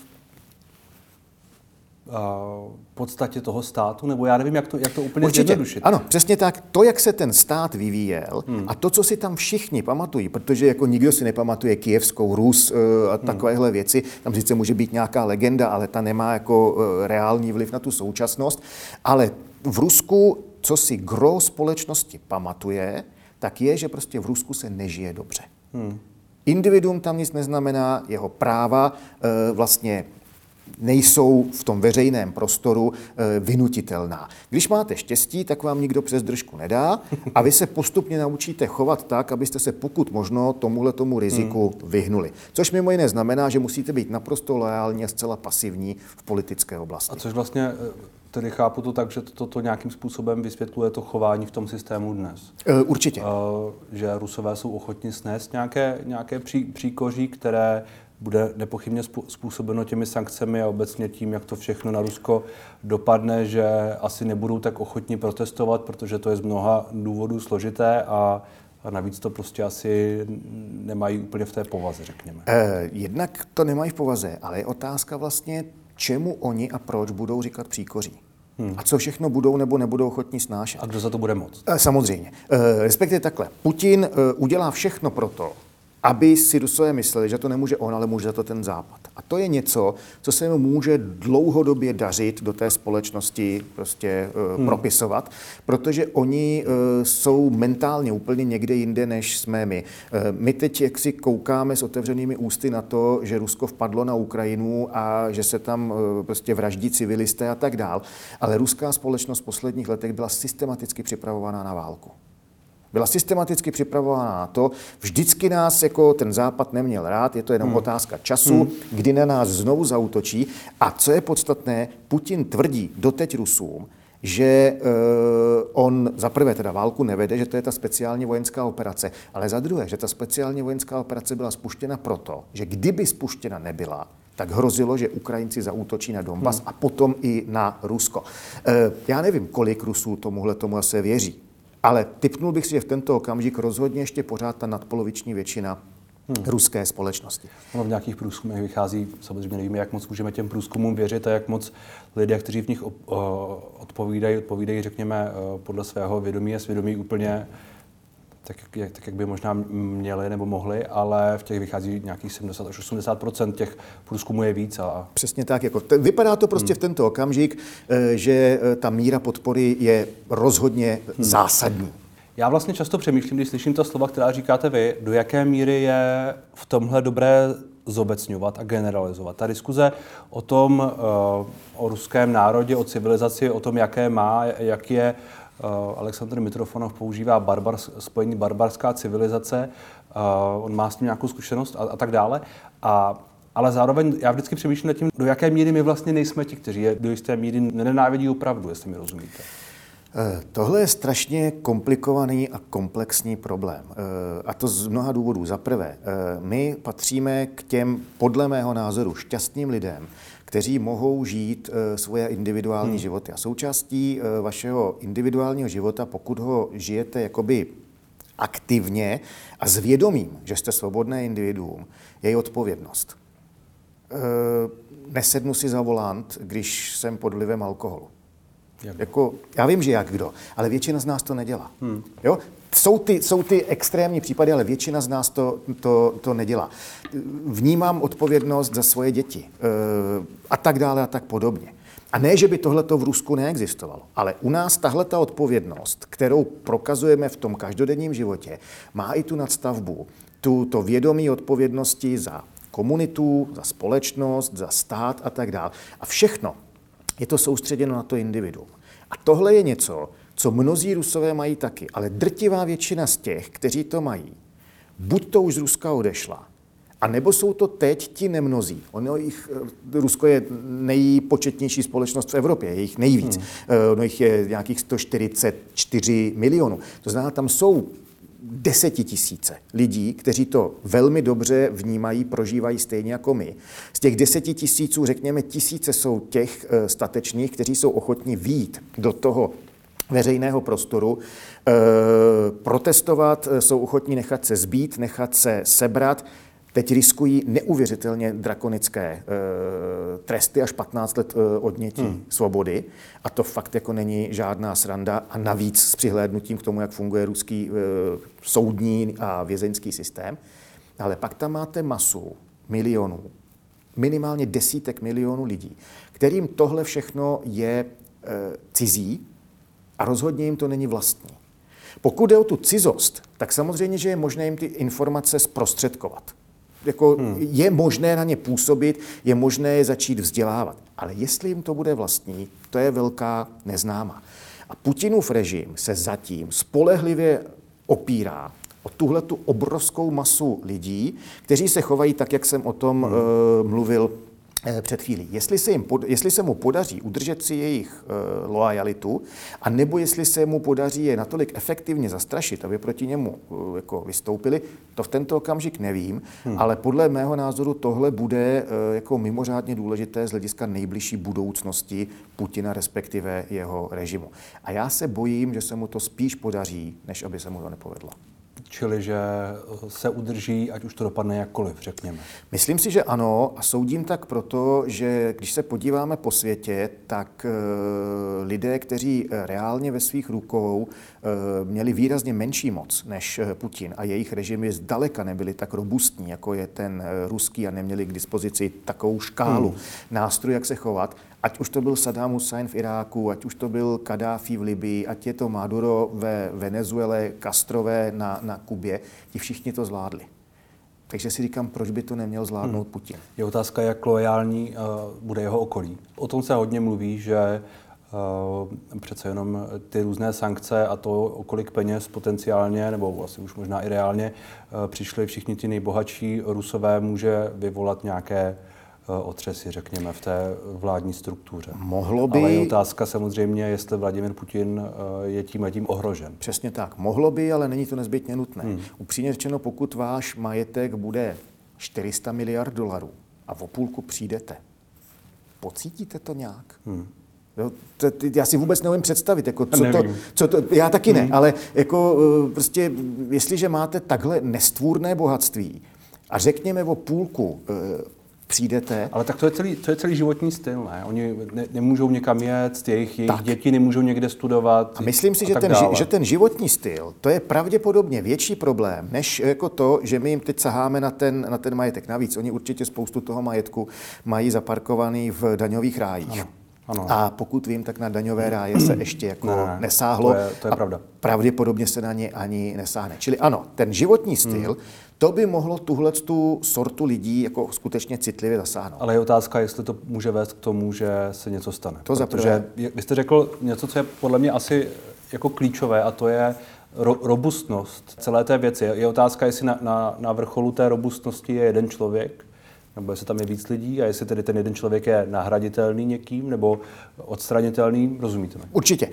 uh, podstatě toho státu, nebo já nevím, jak to, jak to úplně zjednodušit. Ano, přesně tak. To, jak se ten stát vyvíjel hmm. a to, co si tam všichni pamatují, protože jako nikdo si nepamatuje Kyjevskou Rus uh, a takovéhle hmm. věci, tam sice může být nějaká legenda, ale ta nemá jako uh, reální vliv na tu současnost, ale v Rusku, co si gro společnosti pamatuje, tak je, že prostě v Rusku se nežije dobře. Hmm. Individuum tam nic neznamená, jeho práva e, vlastně nejsou v tom veřejném prostoru e, vynutitelná. Když máte štěstí, tak vám nikdo přes držku nedá a vy se postupně naučíte chovat tak, abyste se pokud možno tomuhle tomu riziku hmm. vyhnuli. Což mimo jiné znamená, že musíte být naprosto loajální a zcela pasivní v politické oblasti. A což vlastně... Tedy chápu to tak, že toto to nějakým způsobem vysvětluje to chování v tom systému dnes. E, určitě. E, že Rusové jsou ochotni snést nějaké, nějaké pří, příkoří, které bude nepochybně způsobeno těmi sankcemi a obecně tím, jak to všechno na Rusko dopadne, že asi nebudou tak ochotni protestovat, protože to je z mnoha důvodů složité a A navíc to prostě asi nemají úplně v té povaze, řekněme. E, jednak to nemají v povaze, ale je otázka vlastně, čemu oni a proč budou říkat příkoří. Hmm. A co všechno budou nebo nebudou ochotní snášet. A kdo za to bude moct? E, samozřejmě. E, respektive takhle. Putin e, udělá všechno pro to, aby si Rusové mysleli, že to nemůže on, ale může za to ten Západ. A to je něco, co se mu může dlouhodobě dařit do té společnosti prostě uh, hmm. propisovat, protože oni uh, jsou mentálně úplně někde jinde, než jsme my. Uh, my teď jak si koukáme s otevřenými ústy na to, že Rusko vpadlo na Ukrajinu a že se tam uh, prostě vraždí civilisté a tak dál, ale ruská společnost v posledních letech byla systematicky připravovaná na válku. Byla systematicky připravována na to, vždycky nás jako ten Západ neměl rád, je to jenom hmm. otázka času, hmm. kdy na nás znovu zaútočí. A co je podstatné, Putin tvrdí doteď Rusům, že uh, on za prvé teda válku nevede, že to je ta speciální vojenská operace, ale za druhé, že ta speciální vojenská operace byla spuštěna proto, že kdyby spuštěna nebyla, tak hrozilo, že Ukrajinci zaútočí na Donbas hmm. a potom i na Rusko. Uh, já nevím, kolik Rusů tomuhle tomu asi věří. Ale tipnul bych si, že v tento okamžik rozhodně ještě pořád ta nadpoloviční většina hmm. ruské společnosti. Ono v nějakých průzkumech vychází, samozřejmě nevíme, jak moc můžeme těm průzkumům věřit a jak moc lidé, kteří v nich odpovídají, odpovídají, řekněme, podle svého vědomí a svědomí úplně tak jak, tak, jak by možná měli nebo mohli, ale v těch vychází nějakých sedmdesát až osmdesát procent těch průzkumů je víc. A... Přesně tak. Jako t- vypadá to prostě hmm. v tento okamžik, že ta míra podpory je rozhodně hmm. zásadní. Já vlastně často přemýšlím, když slyším ta slova, která říkáte vy, do jaké míry je v tomhle dobré zobecňovat a generalizovat. Ta diskuze o tom, o ruském národě, o civilizaci, o tom, jaké má, jak je Aleksandr Mitrofanov používá barbars, spojení barbarská civilizace, uh, on má s tím nějakou zkušenost a, a tak dále. A, ale zároveň já vždycky přemýšlím nad tím, do jaké míry my vlastně nejsme ti, kteří je do jisté míry nenávidí opravdu, jestli mi rozumíte. Tohle je strašně komplikovaný a komplexní problém. A to z mnoha důvodů. Za prvé, my patříme k těm, podle mého názoru, šťastným lidem, kteří mohou žít svoje individuální hmm. životy. A součástí vašeho individuálního života, pokud ho žijete jakoby aktivně a s vědomím, že jste svobodné individuum, je i odpovědnost. Nesednu si za volant, když jsem pod vlivem alkoholu. Jako, já vím, že jak kdo, ale většina z nás to nedělá. Hmm. Jo? Jsou, ty, jsou ty extrémní případy, ale většina z nás to, to, to nedělá. Vnímám odpovědnost za svoje děti e, a tak dále a tak podobně. A ne, že by tohleto v Rusku neexistovalo, ale u nás tahleta odpovědnost, kterou prokazujeme v tom každodenním životě, má i tu nadstavbu, tu, to vědomí odpovědnosti za komunitu, za společnost, za stát a tak dále. A všechno je to soustředěno na to individuum. A tohle je něco, co mnozí Rusové mají taky, ale drtivá většina z těch, kteří to mají, buď to už z Ruska odešla, a nebo jsou to teď ti nemnozí. Ono jich, Rusko je nejpočetnější společnost v Evropě, je jich nejvíc. Hmm. Ono jich je nějakých sto čtyřicet čtyři milionů. To znamená, tam jsou desetitisíce lidí, kteří to velmi dobře vnímají, prožívají stejně jako my. Z těch deseti tisíců, řekněme, tisíce jsou těch statečných, kteří jsou ochotní vyjít do toho veřejného prostoru, e, protestovat, jsou ochotní nechat se zbít, nechat se sebrat. Teď riskují neuvěřitelně drakonické e, tresty až patnáct let e, odnětí hmm. svobody. A to fakt jako není žádná sranda. A navíc s přihlédnutím k tomu, jak funguje ruský e, soudní a vězeňský systém. Ale pak tam máte masu milionů, minimálně desítek milionů lidí, kterým tohle všechno je e, cizí a rozhodně jim to není vlastní. Pokud jde o tu cizost, tak samozřejmě, že je možné jim ty informace zprostředkovat. Jako hmm. Je možné na ně působit, je možné je začít vzdělávat. Ale jestli jim to bude vlastní, to je velká neznáma. A Putinův režim se zatím spolehlivě opírá o tuhletu obrovskou masu lidí, kteří se chovají tak, jak jsem o tom hmm. uh, mluvil před chvílí. Jestli se, jim pod, jestli se mu podaří udržet si jejich e, loajalitu, a nebo jestli se mu podaří je natolik efektivně zastrašit, aby proti němu e, jako vystoupili, to v tento okamžik nevím, hmm. ale podle mého názoru tohle bude e, jako mimořádně důležité z hlediska nejbližší budoucnosti Putina, respektive jeho režimu. A já se bojím, že se mu to spíš podaří, než aby se mu to nepovedlo. Čili, že se udrží, ať už to dopadne jakkoliv, řekněme. Myslím si, že ano, a soudím tak proto, že když se podíváme po světě, tak e, lidé, kteří reálně ve svých rukou e, měli výrazně menší moc než Putin a jejich režimy zdaleka nebyly tak robustní, jako je ten ruský, a neměli k dispozici takovou škálu hmm. nástrojů, jak se chovat, ať už to byl Saddam Hussein v Iráku, ať už to byl Kaddáfi v Libii, ať je to Maduro ve Venezuele, Castrové na, na Kubě, ti všichni to zvládli. Takže si říkám, proč by to neměl zvládnout hmm. Putin. Je otázka, jak loajální uh, bude jeho okolí. O tom se hodně mluví, že uh, přece jenom ty různé sankce a to, o kolik peněz potenciálně, nebo asi už možná i reálně, uh, přišli všichni ti nejbohatší Rusové, může vyvolat nějaké otřesy, řekněme, v té vládní struktuře. Mohlo by... Ale je otázka samozřejmě, jestli Vladimír Putin je tím a tím ohrožen. Přesně tak. Mohlo by, ale není to nezbytně nutné. Hmm. Upřímně řečeno, pokud váš majetek bude čtyři sta miliard dolarů a o půlku přijdete, pocítíte to nějak? Hmm. Jo, to, to, já si vůbec neumím představit, jako, co, to, co to, já taky ne, hmm. ale jako, prostě, jestliže máte takhle nestvůrné bohatství a řekněme o půlku přijdete. Ale tak to je celý, to je celý životní styl, ne? Oni ne, nemůžou někam jet, jejich, jejich děti nemůžou někde studovat. A myslím si, a že, ten, že ten životní styl, to je pravděpodobně větší problém, než jako to, že my jim teď saháme na ten, na ten majetek. Navíc oni určitě spoustu toho majetku mají zaparkovaný v daňových rájích. Ano. Ano. A pokud vím, tak na daňové ráje se ještě jako ne, ne, nesáhlo. To je, to je pravda. Pravděpodobně se na ně ani nesáhne. Čili ano, ten životní styl, hmm. to by mohlo tuhle tu sortu lidí jako skutečně citlivě zasáhnout. Ale je otázka, jestli to může vést k tomu, že se něco stane. To Protože vy jste řekl něco, co je podle mě asi jako klíčové, a to je ro- robustnost celé té věci. Je otázka, jestli na, na, na vrcholu té robustnosti je jeden člověk, nebo jestli tam je víc lidí a jestli tedy ten jeden člověk je nahraditelný někým nebo odstranitelný, rozumíte mi? Určitě.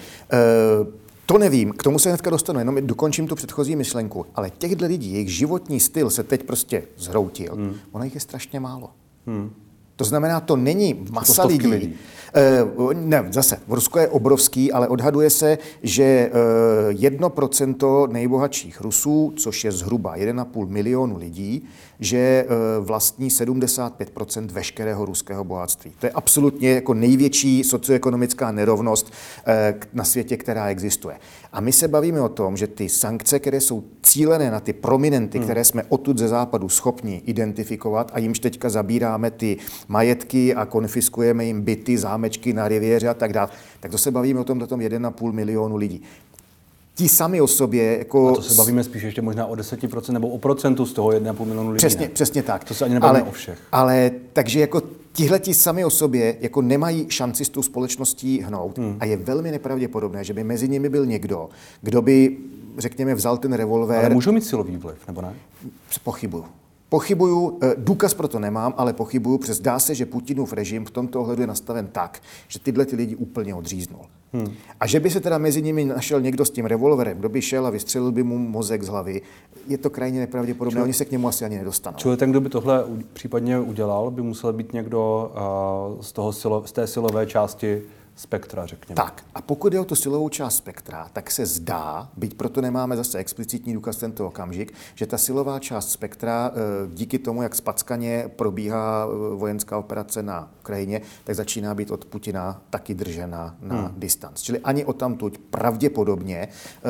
E- To nevím, k tomu se hnedka dostanu, jenom dokončím tu předchozí myšlenku. Ale těchto lidí, jejich životní styl se teď prostě zhroutil. Hmm. Ono jich je strašně málo. Hmm. To znamená, to není masa lidí. lidí. E, ne, zase, v Rusku je obrovský, ale odhaduje se, že jedno procento nejbohatších Rusů, což je zhruba jeden a půl milionu lidí, že vlastní sedmdesát pět procent veškerého ruského bohatství. To je absolutně jako největší socioekonomická nerovnost na světě, která existuje. A my se bavíme o tom, že ty sankce, které jsou cílené na ty prominenty, hmm. které jsme odtud ze západu schopni identifikovat a jimž teďka zabíráme ty majetky a konfiskujeme jim byty, zámečky na riviéře a tak dále, tak to se bavíme o tom, o tom jeden a půl milionu lidí. ti sami o sobě jako... A to se bavíme spíš ještě možná o deseti procent nebo o procentu z toho jedna a půl milionu lidí. Přesně, ne? přesně tak. To se ani nebavíme ale, o všech. Ale takže jako tihleti sami o sobě jako nemají šanci s tou společností hnout hmm. a je velmi nepravděpodobné, že by mezi nimi byl někdo, kdo by, řekněme, vzal ten revolver... Ale můžou mít silový vliv, nebo ne? Pochybuju. Pochybuju, důkaz pro to nemám, ale pochybuju, protože zdá se, že Putinův režim v tomto ohledu je nastaven tak, že tyhle ty lidi úplně odříznul. Hmm. A že by se teda mezi nimi našel někdo s tím revolverem, kdo by šel a vystřelil by mu mozek z hlavy, je to krajně nepravděpodobné, Čili, oni se k němu asi ani nedostanou. Čili ten, kdo by tohle případně udělal, by musel být někdo uh, z, toho silo, z té silové části spektra, řekněme. Tak, a pokud je o tu silovou část spektra, tak se zdá, byť proto nemáme zase explicitní důkaz tento okamžik, že ta silová část spektra díky tomu, jak spackaně probíhá vojenská operace na Ukrajině, tak začíná být od Putina taky držena na hmm. distanc. Čili ani odtamtud pravděpodobně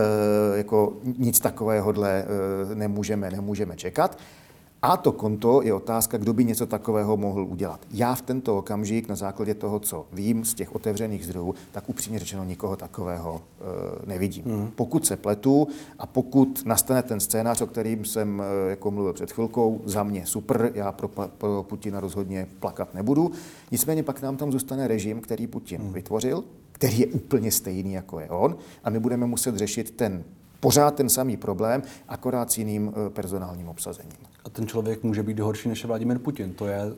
jako nic takovéhodle nemůžeme, nemůžeme čekat. A to konto je otázka, kdo by něco takového mohl udělat. Já v tento okamžik na základě toho, co vím z těch otevřených zdrojů, tak upřímně řečeno nikoho takového e, nevidím. Mm. Pokud se pletu a pokud nastane ten scénář, o kterým jsem e, jako mluvil před chvilkou, za mě super, já pro, pro Putina rozhodně plakat nebudu. Nicméně pak nám tam zůstane režim, který Putin mm. vytvořil, který je úplně stejný, jako je on, a my budeme muset řešit ten pořád ten samý problém, akorát s jiným personálním obsazením. A ten člověk může být horší než Vladimír Putin. To je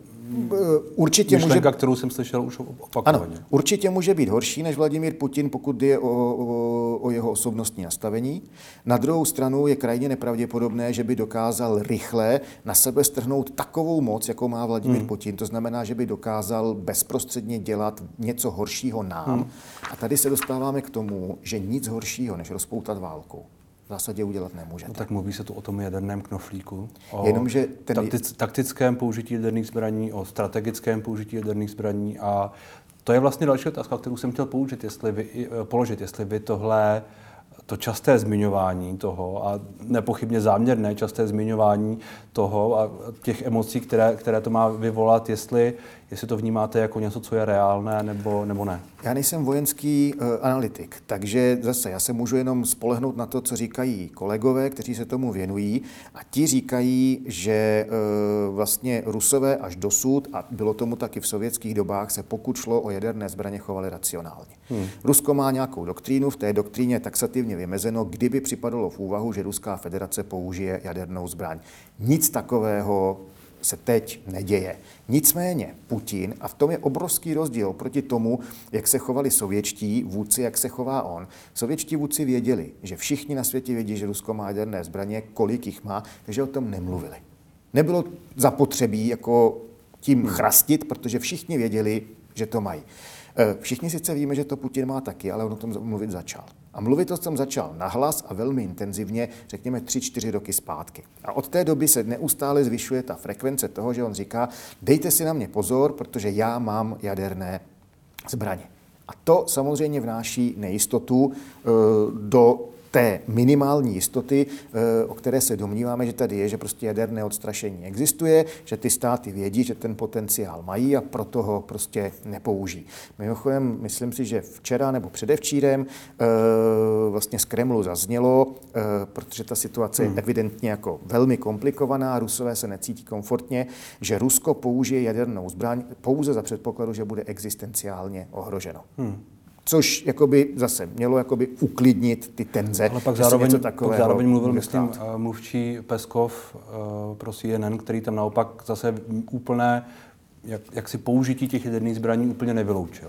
určitě myšlenka, může... kterou jsem slyšel už opakovaně. Ano, určitě může být horší než Vladimír Putin, pokud je o, o, o jeho osobnostní nastavení. Na druhou stranu je krajně nepravděpodobné, že by dokázal rychle na sebe strhnout takovou moc, jakou má Vladimír hmm. Putin. To znamená, že by dokázal bezprostředně dělat něco horšího nám. Hmm. A tady se dostáváme k tomu, že nic horšího, než rozpoutat válku, v zásadě udělat nemůžete. No, tak mluví se tu o tom jaderném knoflíku, o Jenomže ten... taktic, taktickém použití jaderných zbraní, o strategickém použití jaderných zbraní, a to je vlastně další otázka, kterou jsem chtěl použít, jestli vy, položit, jestli vy tohle, to časté zmiňování toho a nepochybně záměrné časté zmiňování toho a těch emocí, které, které to má vyvolat, jestli, jestli to vnímáte jako něco, co je reálné, nebo, nebo ne. Já nejsem vojenský uh, analytik, takže zase já se můžu jenom spolehnout na to, co říkají kolegové, kteří se tomu věnují, a ti říkají, že uh, vlastně Rusové až dosud, a bylo tomu taky v sovětských dobách, se pokud šlo o jaderné zbraně, chovali racionálně. Hmm. Rusko má nějakou doktrínu, v té doktríně je taxativně vymezeno, kdyby připadalo v úvahu, že Ruská federace použije jadernou zbraň. Nic takového se teď neděje. Nicméně Putin, a v tom je obrovský rozdíl proti tomu, jak se chovali sovětští vůdci, jak se chová on. Sovětští vůdci věděli, že všichni na světě vědí, že Rusko má jaderné zbraně, kolik jich má, takže o tom nemluvili. Nebylo zapotřebí jako tím chrastit, protože všichni věděli, že to mají. Všichni sice víme, že to Putin má taky, ale on o tom mluvit začal. A mluvit o tom začal nahlas a velmi intenzivně, řekněme tři, čtyři roky zpátky. A od té doby se neustále zvyšuje ta frekvence toho, že on říká, dejte si na mě pozor, protože já mám jaderné zbraně. A to samozřejmě vnáší nejistotu e, do té minimální jistoty, o které se domníváme, že tady je, že prostě jaderné odstrašení existuje, že ty státy vědí, že ten potenciál mají a proto ho prostě nepoužijí. Mimochodem, myslím si, že včera nebo předevčírem vlastně z Kremlu zaznělo, protože ta situace je evidentně jako velmi komplikovaná, Rusové se necítí komfortně, že Rusko použije jadernou zbraň pouze za předpokladu, že bude existenciálně ohroženo. Hmm. Což jakoby zase mělo jakoby uklidnit ty tenze. Ale pak zároveň, pak zároveň mluvil, myslím, mluvčí Peskov uh, pro C N N, který tam naopak zase úplné, jak, jak si použití těch jaderných zbraní úplně nevyloučil.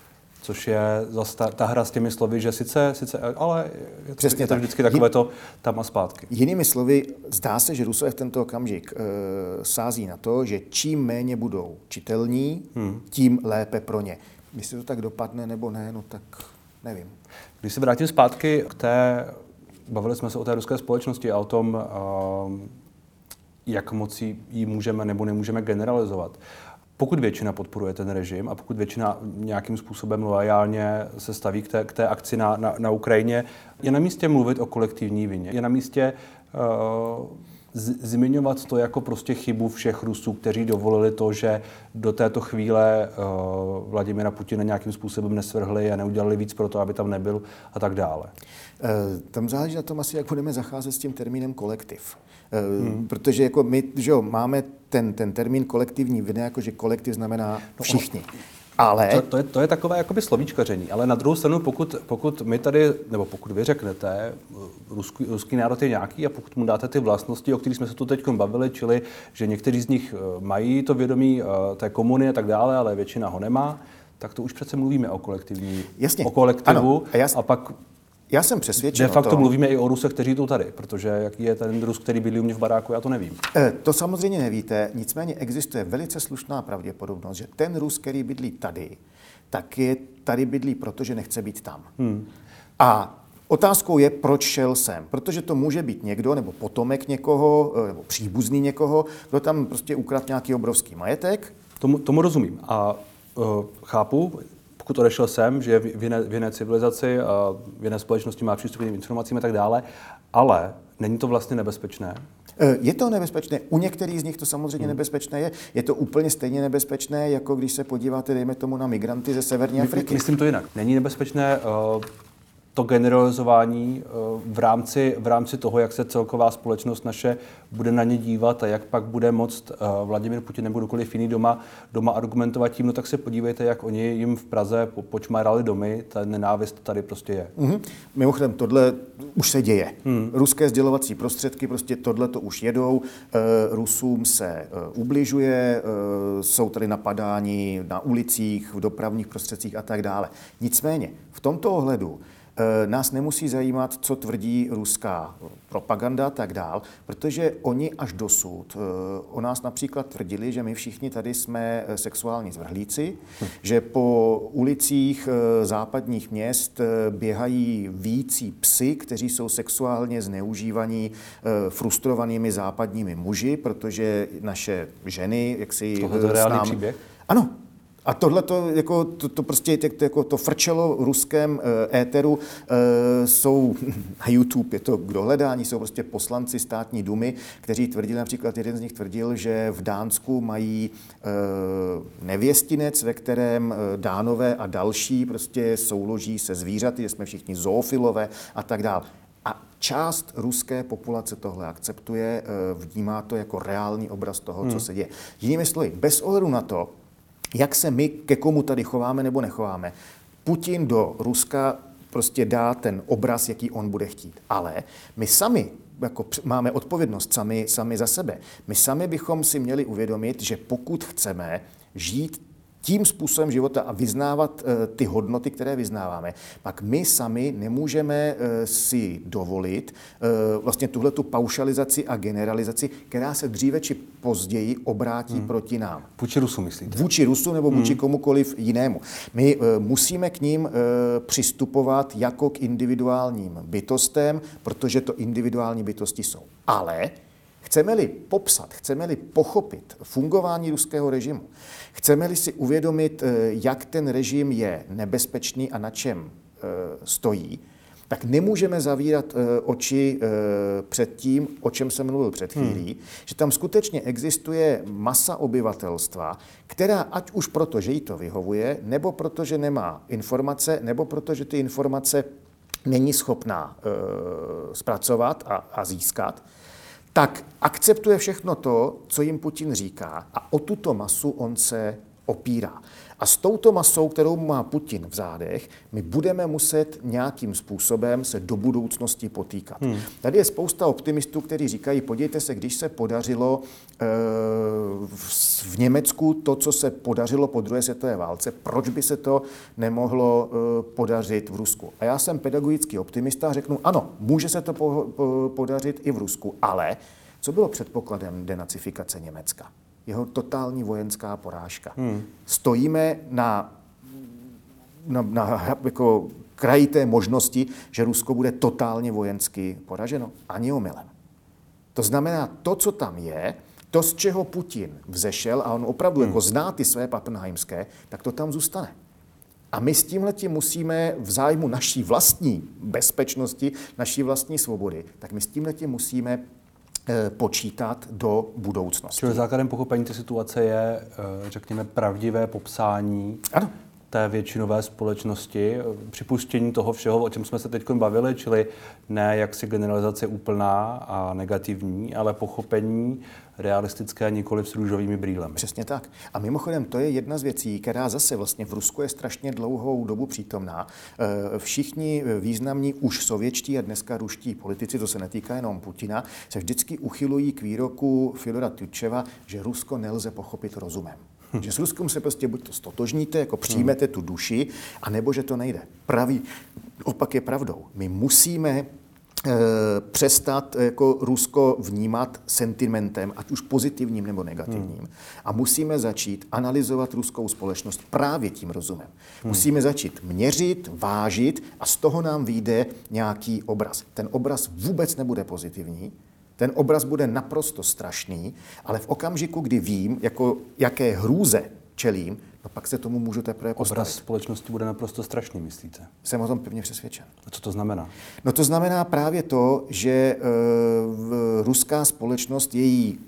Což je zase ta, ta hra s těmi slovy, že sice, sice ale je to, je to tak. vždycky takové to tam a zpátky. Jinými slovy, zdá se, že Rusové v tento okamžik e, sází na to, že čím méně budou čitelní, hmm. tím lépe pro ně. Jestli to tak dopadne nebo ne, no tak nevím. Když se vrátím zpátky k té, bavili jsme se o té ruské společnosti a o tom, jak moc ji můžeme nebo nemůžeme generalizovat. Pokud většina podporuje ten režim a pokud většina nějakým způsobem loajálně se staví k té, k té akci na, na, na Ukrajině, je na místě mluvit o kolektivní vině. Je na místě uh, z- zmiňovat to jako prostě chybu všech Rusů, kteří dovolili to, že do této chvíle uh, Vladimira Putina nějakým způsobem nesvrhli a neudělali víc pro to, aby tam nebyl a tak dále. E, tam záleží na tom asi, jak budeme zacházet s tím termínem kolektiv. E, hmm. Protože jako my, že jo, máme ten, ten termín kolektivní vina, jako že kolektiv znamená všichni. Ale... To, to, je, to je takové jakoby slovíčkaření, ale na druhou stranu, pokud, pokud my tady, nebo pokud vy řeknete, ruský, ruský národ je nějaký a pokud mu dáte ty vlastnosti, o kterých jsme se tu teď bavili, čili že někteří z nich mají to vědomí té komuny a tak dále, ale většina ho nemá, tak to už přece mluvíme o kolektivní, Jasně. o kolektivu a, jas... a pak já jsem přesvědčen de facto o tom, mluvíme i o Rusech, kteří jsou tady, protože jaký je ten Rus, který bydlí u mě v baráku, já to nevím. To samozřejmě nevíte, nicméně existuje velice slušná pravděpodobnost, že ten Rus, který bydlí tady, tak je tady bydlí, protože nechce být tam. Hmm. A otázkou je, proč šel sem. Protože to může být někdo, nebo potomek někoho, nebo příbuzný někoho, kdo tam prostě ukradl nějaký obrovský majetek. Tomu, tomu rozumím a uh, chápu, pokud odešel sem, že je v jiné, v jiné civilizaci a v jiné společnosti má přístup k jiným informacím a tak dále, ale není to vlastně nebezpečné? Je to nebezpečné. U některých z nich to samozřejmě hmm. nebezpečné je. Je to úplně stejně nebezpečné, jako když se podíváte, dejme tomu, na migranty ze severní Afriky. My, myslím to jinak. Není nebezpečné uh, to generalizování uh, v rámci, v rámci toho, jak se celková společnost naše bude na ně dívat a jak pak bude moct uh, Vladimir Putin nebo kdokoliv jiný doma, doma argumentovat tím, no tak se podívejte, jak oni jim v Praze po, počmárali domy, ta nenávist tady prostě je. Mm-hmm. Mimochodem, tohle už se děje. Hmm. Ruské sdělovací prostředky prostě tohle to už jedou, e, Rusům se e, ubližuje, e, jsou tady napadáni na ulicích, v dopravních prostředcích a tak dále. Nicméně, v tomto ohledu nás nemusí zajímat, co tvrdí ruská propaganda a tak dál, protože oni až dosud o nás například tvrdili, že my všichni tady jsme sexuální zvrhlíci, hm. že po ulicích západních měst běhají vící psy, kteří jsou sexuálně zneužívaní frustrovanými západními muži, protože naše ženy, jak si... Tohle to je reálný příběh? Ano. A tohle to, jako, to, to prostě to, jako to frčelo ruském e, éteru e, jsou na YouTube, je to k dohledání, jsou prostě poslanci státní dumy, kteří tvrdili, například jeden z nich tvrdil, že v Dánsku mají e, nevěstinec, ve kterém Dánové a další prostě souloží se zvířaty, že jsme všichni zoofilové a tak dále. A část ruské populace tohle akceptuje, e, vnímá to jako reálný obraz toho, hmm. co se děje. Jinými slovy, bez ohledu na to, jak se my ke komu tady chováme nebo nechováme, Putin do Ruska prostě dá ten obraz, jaký on bude chtít. Ale my sami jako máme odpovědnost sami, sami za sebe. My sami bychom si měli uvědomit, že pokud chceme žít tím způsobem života a vyznávat e, ty hodnoty, které vyznáváme, pak my sami nemůžeme e, si dovolit e, vlastně tuhletu paušalizaci a generalizaci, která se dříve či později obrátí hmm. proti nám. Vůči Rusu, myslíte? Vůči Rusu nebo vůči hmm. komukoliv jinému. My e, musíme k ním e, přistupovat jako k individuálním bytostem, protože to individuální bytosti jsou. Ale chceme-li popsat, chceme-li pochopit fungování ruského režimu, chceme-li si uvědomit, jak ten režim je nebezpečný a na čem stojí, tak nemůžeme zavírat oči před tím, o čem jsem mluvil před chvílí, hmm. že tam skutečně existuje masa obyvatelstva, která ať už proto, že jí to vyhovuje, nebo proto, že nemá informace, nebo proto, že ty informace není schopná zpracovat a, a získat, tak akceptuje všechno to, co jim Putin říká, a o tuto masu on se opírá. A s touto masou, kterou má Putin v zádech, my budeme muset nějakým způsobem se do budoucnosti potýkat. Hmm. Tady je spousta optimistů, kteří říkají, podívejte se, když se podařilo e, v Německu to, co se podařilo po druhé světové válce, proč by se to nemohlo e, podařit v Rusku? A já jsem pedagogický optimista a řeknu, ano, může se to po, po, podařit i v Rusku, ale co bylo předpokladem denacifikace Německa? Jeho totální vojenská porážka. Hmm. Stojíme na, na, na jako kraji té možnosti, že Rusko bude totálně vojensky poraženo. Ani omylem. To znamená, to, co tam je, to, z čeho Putin vzešel, a on opravdu hmm. jako zná ty své pappenheimské, tak to tam zůstane. A my s tímhletím musíme v zájmu naší vlastní bezpečnosti, naší vlastní svobody, tak my s tímhletím musíme počítat do budoucnosti. Čili základem pochopení té situace je, řekněme, pravdivé popsání ano. té většinové společnosti, připuštění toho všeho, o čem jsme se teď bavili, čili ne jaksi generalizace úplná a negativní, ale pochopení realistické, nikoliv s růžovými brýlemi. Přesně tak. A mimochodem, to je jedna z věcí, která zase vlastně v Rusku je strašně dlouhou dobu přítomná. Všichni významní už sovětští a dneska ruští politici, to se netýká jenom Putina, se vždycky uchylují k výroku Fyodora Tjučeva, že Rusko nelze pochopit rozumem. Hm. Že s Ruskem se prostě buď to stotožníte, jako přijmete tu duši, anebo že to nejde. Pravý opak je pravdou. My musíme přestat jako Rusko vnímat sentimentem, ať už pozitivním nebo negativním. Hmm. A musíme začít analyzovat ruskou společnost právě tím rozumem. Hmm. Musíme začít měřit, vážit a z toho nám vyjde nějaký obraz. Ten obraz vůbec nebude pozitivní, ten obraz bude naprosto strašný, ale v okamžiku, kdy vím, jako, jaké hrůze čelím, no pak se tomu můžu teprve postavit. Obraz společnosti bude naprosto strašný, myslíte? Jsem o tom pevně přesvědčen. A co to znamená? No to znamená právě to, že e, v, ruská společnost, její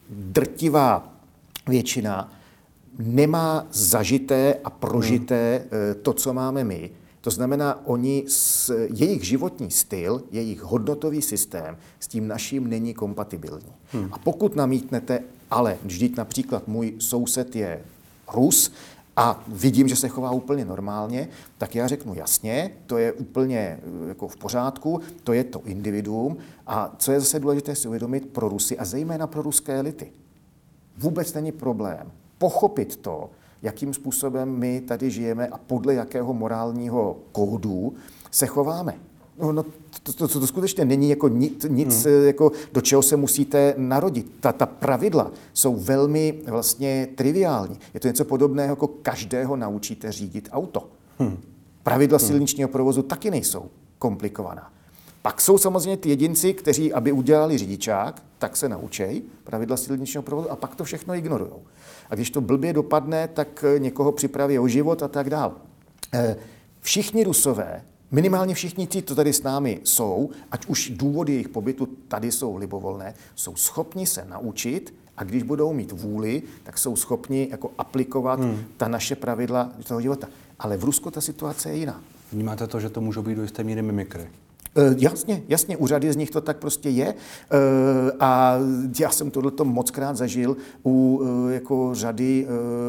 drtivá většina, nemá zažité a prožité hmm. e, to, co máme my. To znamená, oni, s, jejich životní styl, jejich hodnotový systém s tím naším není kompatibilní. Hmm. A pokud namítnete, ale vždyť například můj soused je Rus a vidím, že se chová úplně normálně, tak já řeknu jasně, to je úplně jako v pořádku, to je to individuum. A co je zase důležité si uvědomit pro Rusy a zejména pro ruské elity. Vůbec není problém pochopit to, jakým způsobem my tady žijeme a podle jakého morálního kódu se chováme. No, no to, to, to, to skutečně není jako nic, nic hmm. jako, do čeho se musíte narodit. Ta, ta pravidla jsou velmi vlastně triviální. Je to něco podobného, jako každého naučíte řídit auto. Hmm. Pravidla hmm. silničního provozu taky nejsou komplikovaná. Pak jsou samozřejmě ty jedinci, kteří, aby udělali řidičák, tak se naučej pravidla silničního provozu a pak to všechno ignorujou. A když to blbě dopadne, tak někoho připraví o život a tak dál. Všichni Rusové, minimálně všichni ti, co tady s námi jsou, ať už důvody jejich pobytu tady jsou libovolné, jsou schopni se naučit a když budou mít vůli, tak jsou schopni jako aplikovat hmm. ta naše pravidla toho života. Ale v Rusku ta situace je jiná. Vnímáte to, že to můžou být do jisté míry mimikry? Uh, jasně, jasně, u řady z nich to tak prostě je. Uh, a já jsem tohleto mockrát zažil u uh, jako řady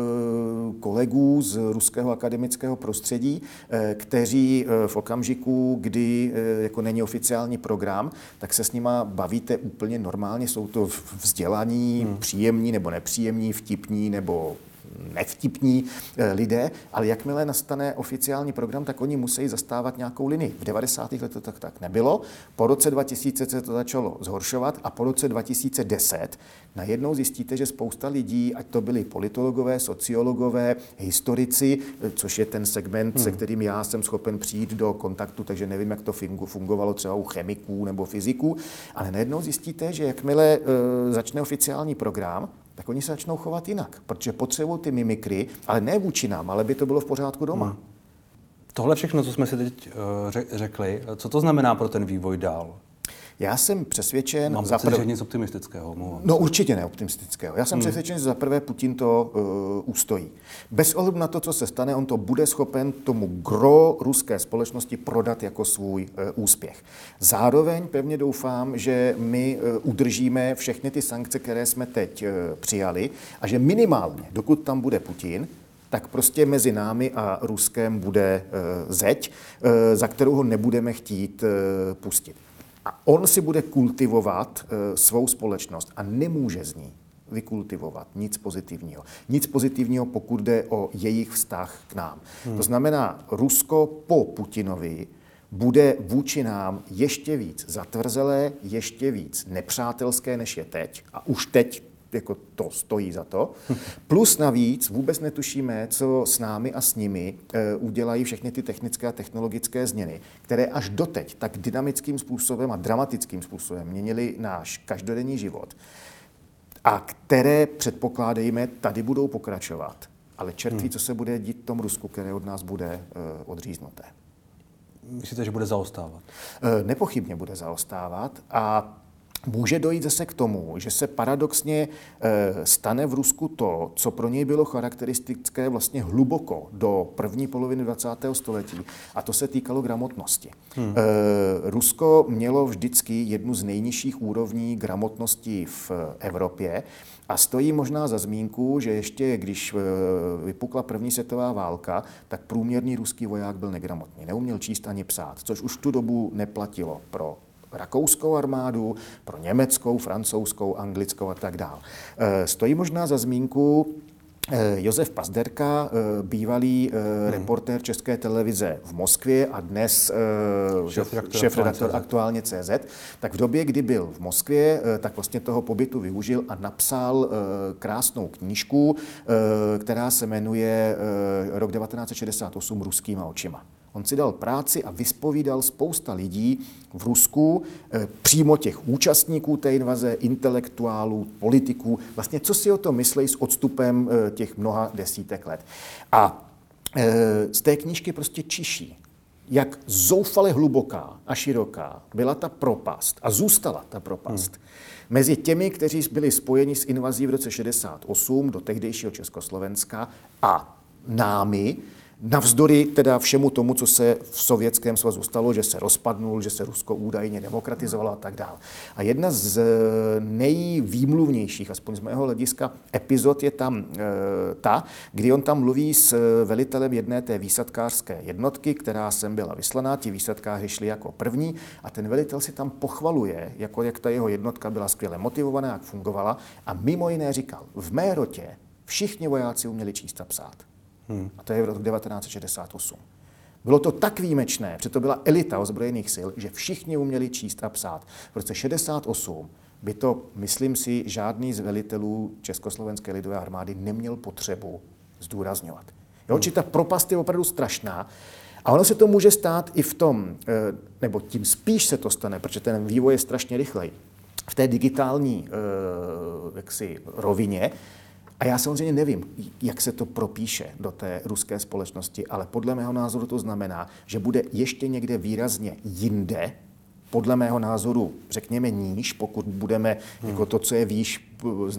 uh, kolegů z ruského akademického prostředí, uh, kteří uh, v okamžiku, kdy uh, jako není oficiální program, tak se s nima bavíte úplně normálně. Jsou to vzdělaní, hmm. příjemní nebo nepříjemní, vtipní nebo nevtipní lidé, ale jakmile nastane oficiální program, tak oni musí zastávat nějakou linii. V devadesátých letech to tak, tak nebylo. Po roce dva tisíce se to začalo zhoršovat a po roce dva tisíce deset najednou zjistíte, že spousta lidí, ať to byli politologové, sociologové, historici, což je ten segment, hmm. se kterým já jsem schopen přijít do kontaktu, takže nevím, jak to fungovalo třeba u chemiků nebo fyziků, ale najednou zjistíte, že jakmile e, začne oficiální program, tak oni se začnou chovat jinak, protože potřebují ty mimikry, ale ne vůči nám, ale by to bylo v pořádku doma. Hmm. Tohle všechno, co jsme si teď uh, řekli, co to znamená pro ten vývoj dál? Já jsem přesvědčen... Mám pocit, prv... že nic optimistického. Mluvám. No určitě ne optimistického. Já jsem hmm. přesvědčen, že za prvé Putin to uh, ustojí. Bez ohledu na to, co se stane, on to bude schopen tomu gro ruské společnosti prodat jako svůj uh, úspěch. Zároveň pevně doufám, že my uh, udržíme všechny ty sankce, které jsme teď uh, přijali a že minimálně, dokud tam bude Putin, tak prostě mezi námi a Ruskem bude uh, zeď, uh, za kterou ho nebudeme chtít uh, pustit. A on si bude kultivovat e, svou společnost a nemůže z ní vykultivovat nic pozitivního. Nic pozitivního, pokud jde o jejich vztah k nám. Hmm. To znamená, Rusko po Putinovi bude vůči nám ještě víc zatvrzelé, ještě víc nepřátelské, než je teď. A už teď jako to stojí za to. Plus navíc vůbec netušíme, co s námi a s nimi e, udělají všechny ty technické a technologické změny, které až doteď tak dynamickým způsobem a dramatickým způsobem měnily náš každodenní život a které, předpokládejme, tady budou pokračovat. Ale čert ví, co se bude dít v tom Rusku, které od nás bude e, odříznuté. Myslíte, že bude zaostávat? E, nepochybně bude zaostávat a může dojít zase k tomu, že se paradoxně e, stane v Rusku to, co pro něj bylo charakteristické vlastně hluboko do první poloviny dvacátého století, a to se týkalo gramotnosti. Hmm. E, Rusko mělo vždycky jednu z nejnižších úrovní gramotnosti v Evropě a stojí možná za zmínku, že ještě když vypukla první světová válka, tak průměrný ruský voják byl negramotný, neuměl číst ani psát, což už v tu dobu neplatilo pro rakouskou armádu, pro německou, francouzskou, anglickou a tak dále. Stojí možná za zmínku Josef Pazderka, bývalý reportér České televize v Moskvě a dnes šéfredaktor Aktuálně tečka cé zet, tak v době, kdy byl v Moskvě, tak vlastně toho pobytu využil a napsal krásnou knížku, která se jmenuje Rok devatenáct set šedesát osm ruskýma očima. On si dal práci a vyspovídal spousta lidí v Rusku, přímo těch účastníků té invaze, intelektuálů, politiků, vlastně co si o tom myslejí s odstupem těch mnoha desítek let. A z té knížky prostě čiší, jak zoufale hluboká a široká byla ta propast a zůstala ta propast hmm. mezi těmi, kteří byli spojeni s invazí v roce šedesát osm do tehdejšího Československa a námi, navzdory teda všemu tomu, co se v Sovětském svazu stalo, že se rozpadnul, že se Rusko údajně demokratizovalo a tak dále. A jedna z nejvýmluvnějších, aspoň z mého hlediska, epizod je tam e, ta, kdy on tam mluví s velitelem jedné té výsadkářské jednotky, která sem byla vyslaná, ti výsadkáři šli jako první a ten velitel si tam pochvaluje, jako jak ta jeho jednotka byla skvěle motivovaná, jak fungovala a mimo jiné říkal, v mé rotě všichni vojáci uměli číst a psát. Hmm. A to je v roce devatenáct set šedesát osm. Bylo to tak výjimečné, protože to byla elita ozbrojených sil, že všichni uměli číst a psát. V roce šedesát osm by to, myslím si, žádný z velitelů Československé lidové armády neměl potřebu zdůrazňovat. Jo, či ta propast je opravdu strašná. A ono se to může stát i v tom, nebo tím spíš se to stane, protože ten vývoj je strašně rychlej, v té digitální jaksi, rovině. A já samozřejmě nevím, jak se to propíše do té ruské společnosti, ale podle mého názoru to znamená, že bude ještě někde výrazně jinde, podle mého názoru, řekněme níž, pokud budeme hmm. jako to, co je výš,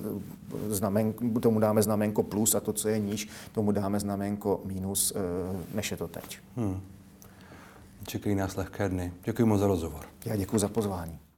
znamenko, tomu dáme znamenko plus a to, co je níž, tomu dáme znamenko minus, než je to teď. Hmm. Čekají nás lehké dny. Děkuji moc za rozhovor. Já děkuji za pozvání.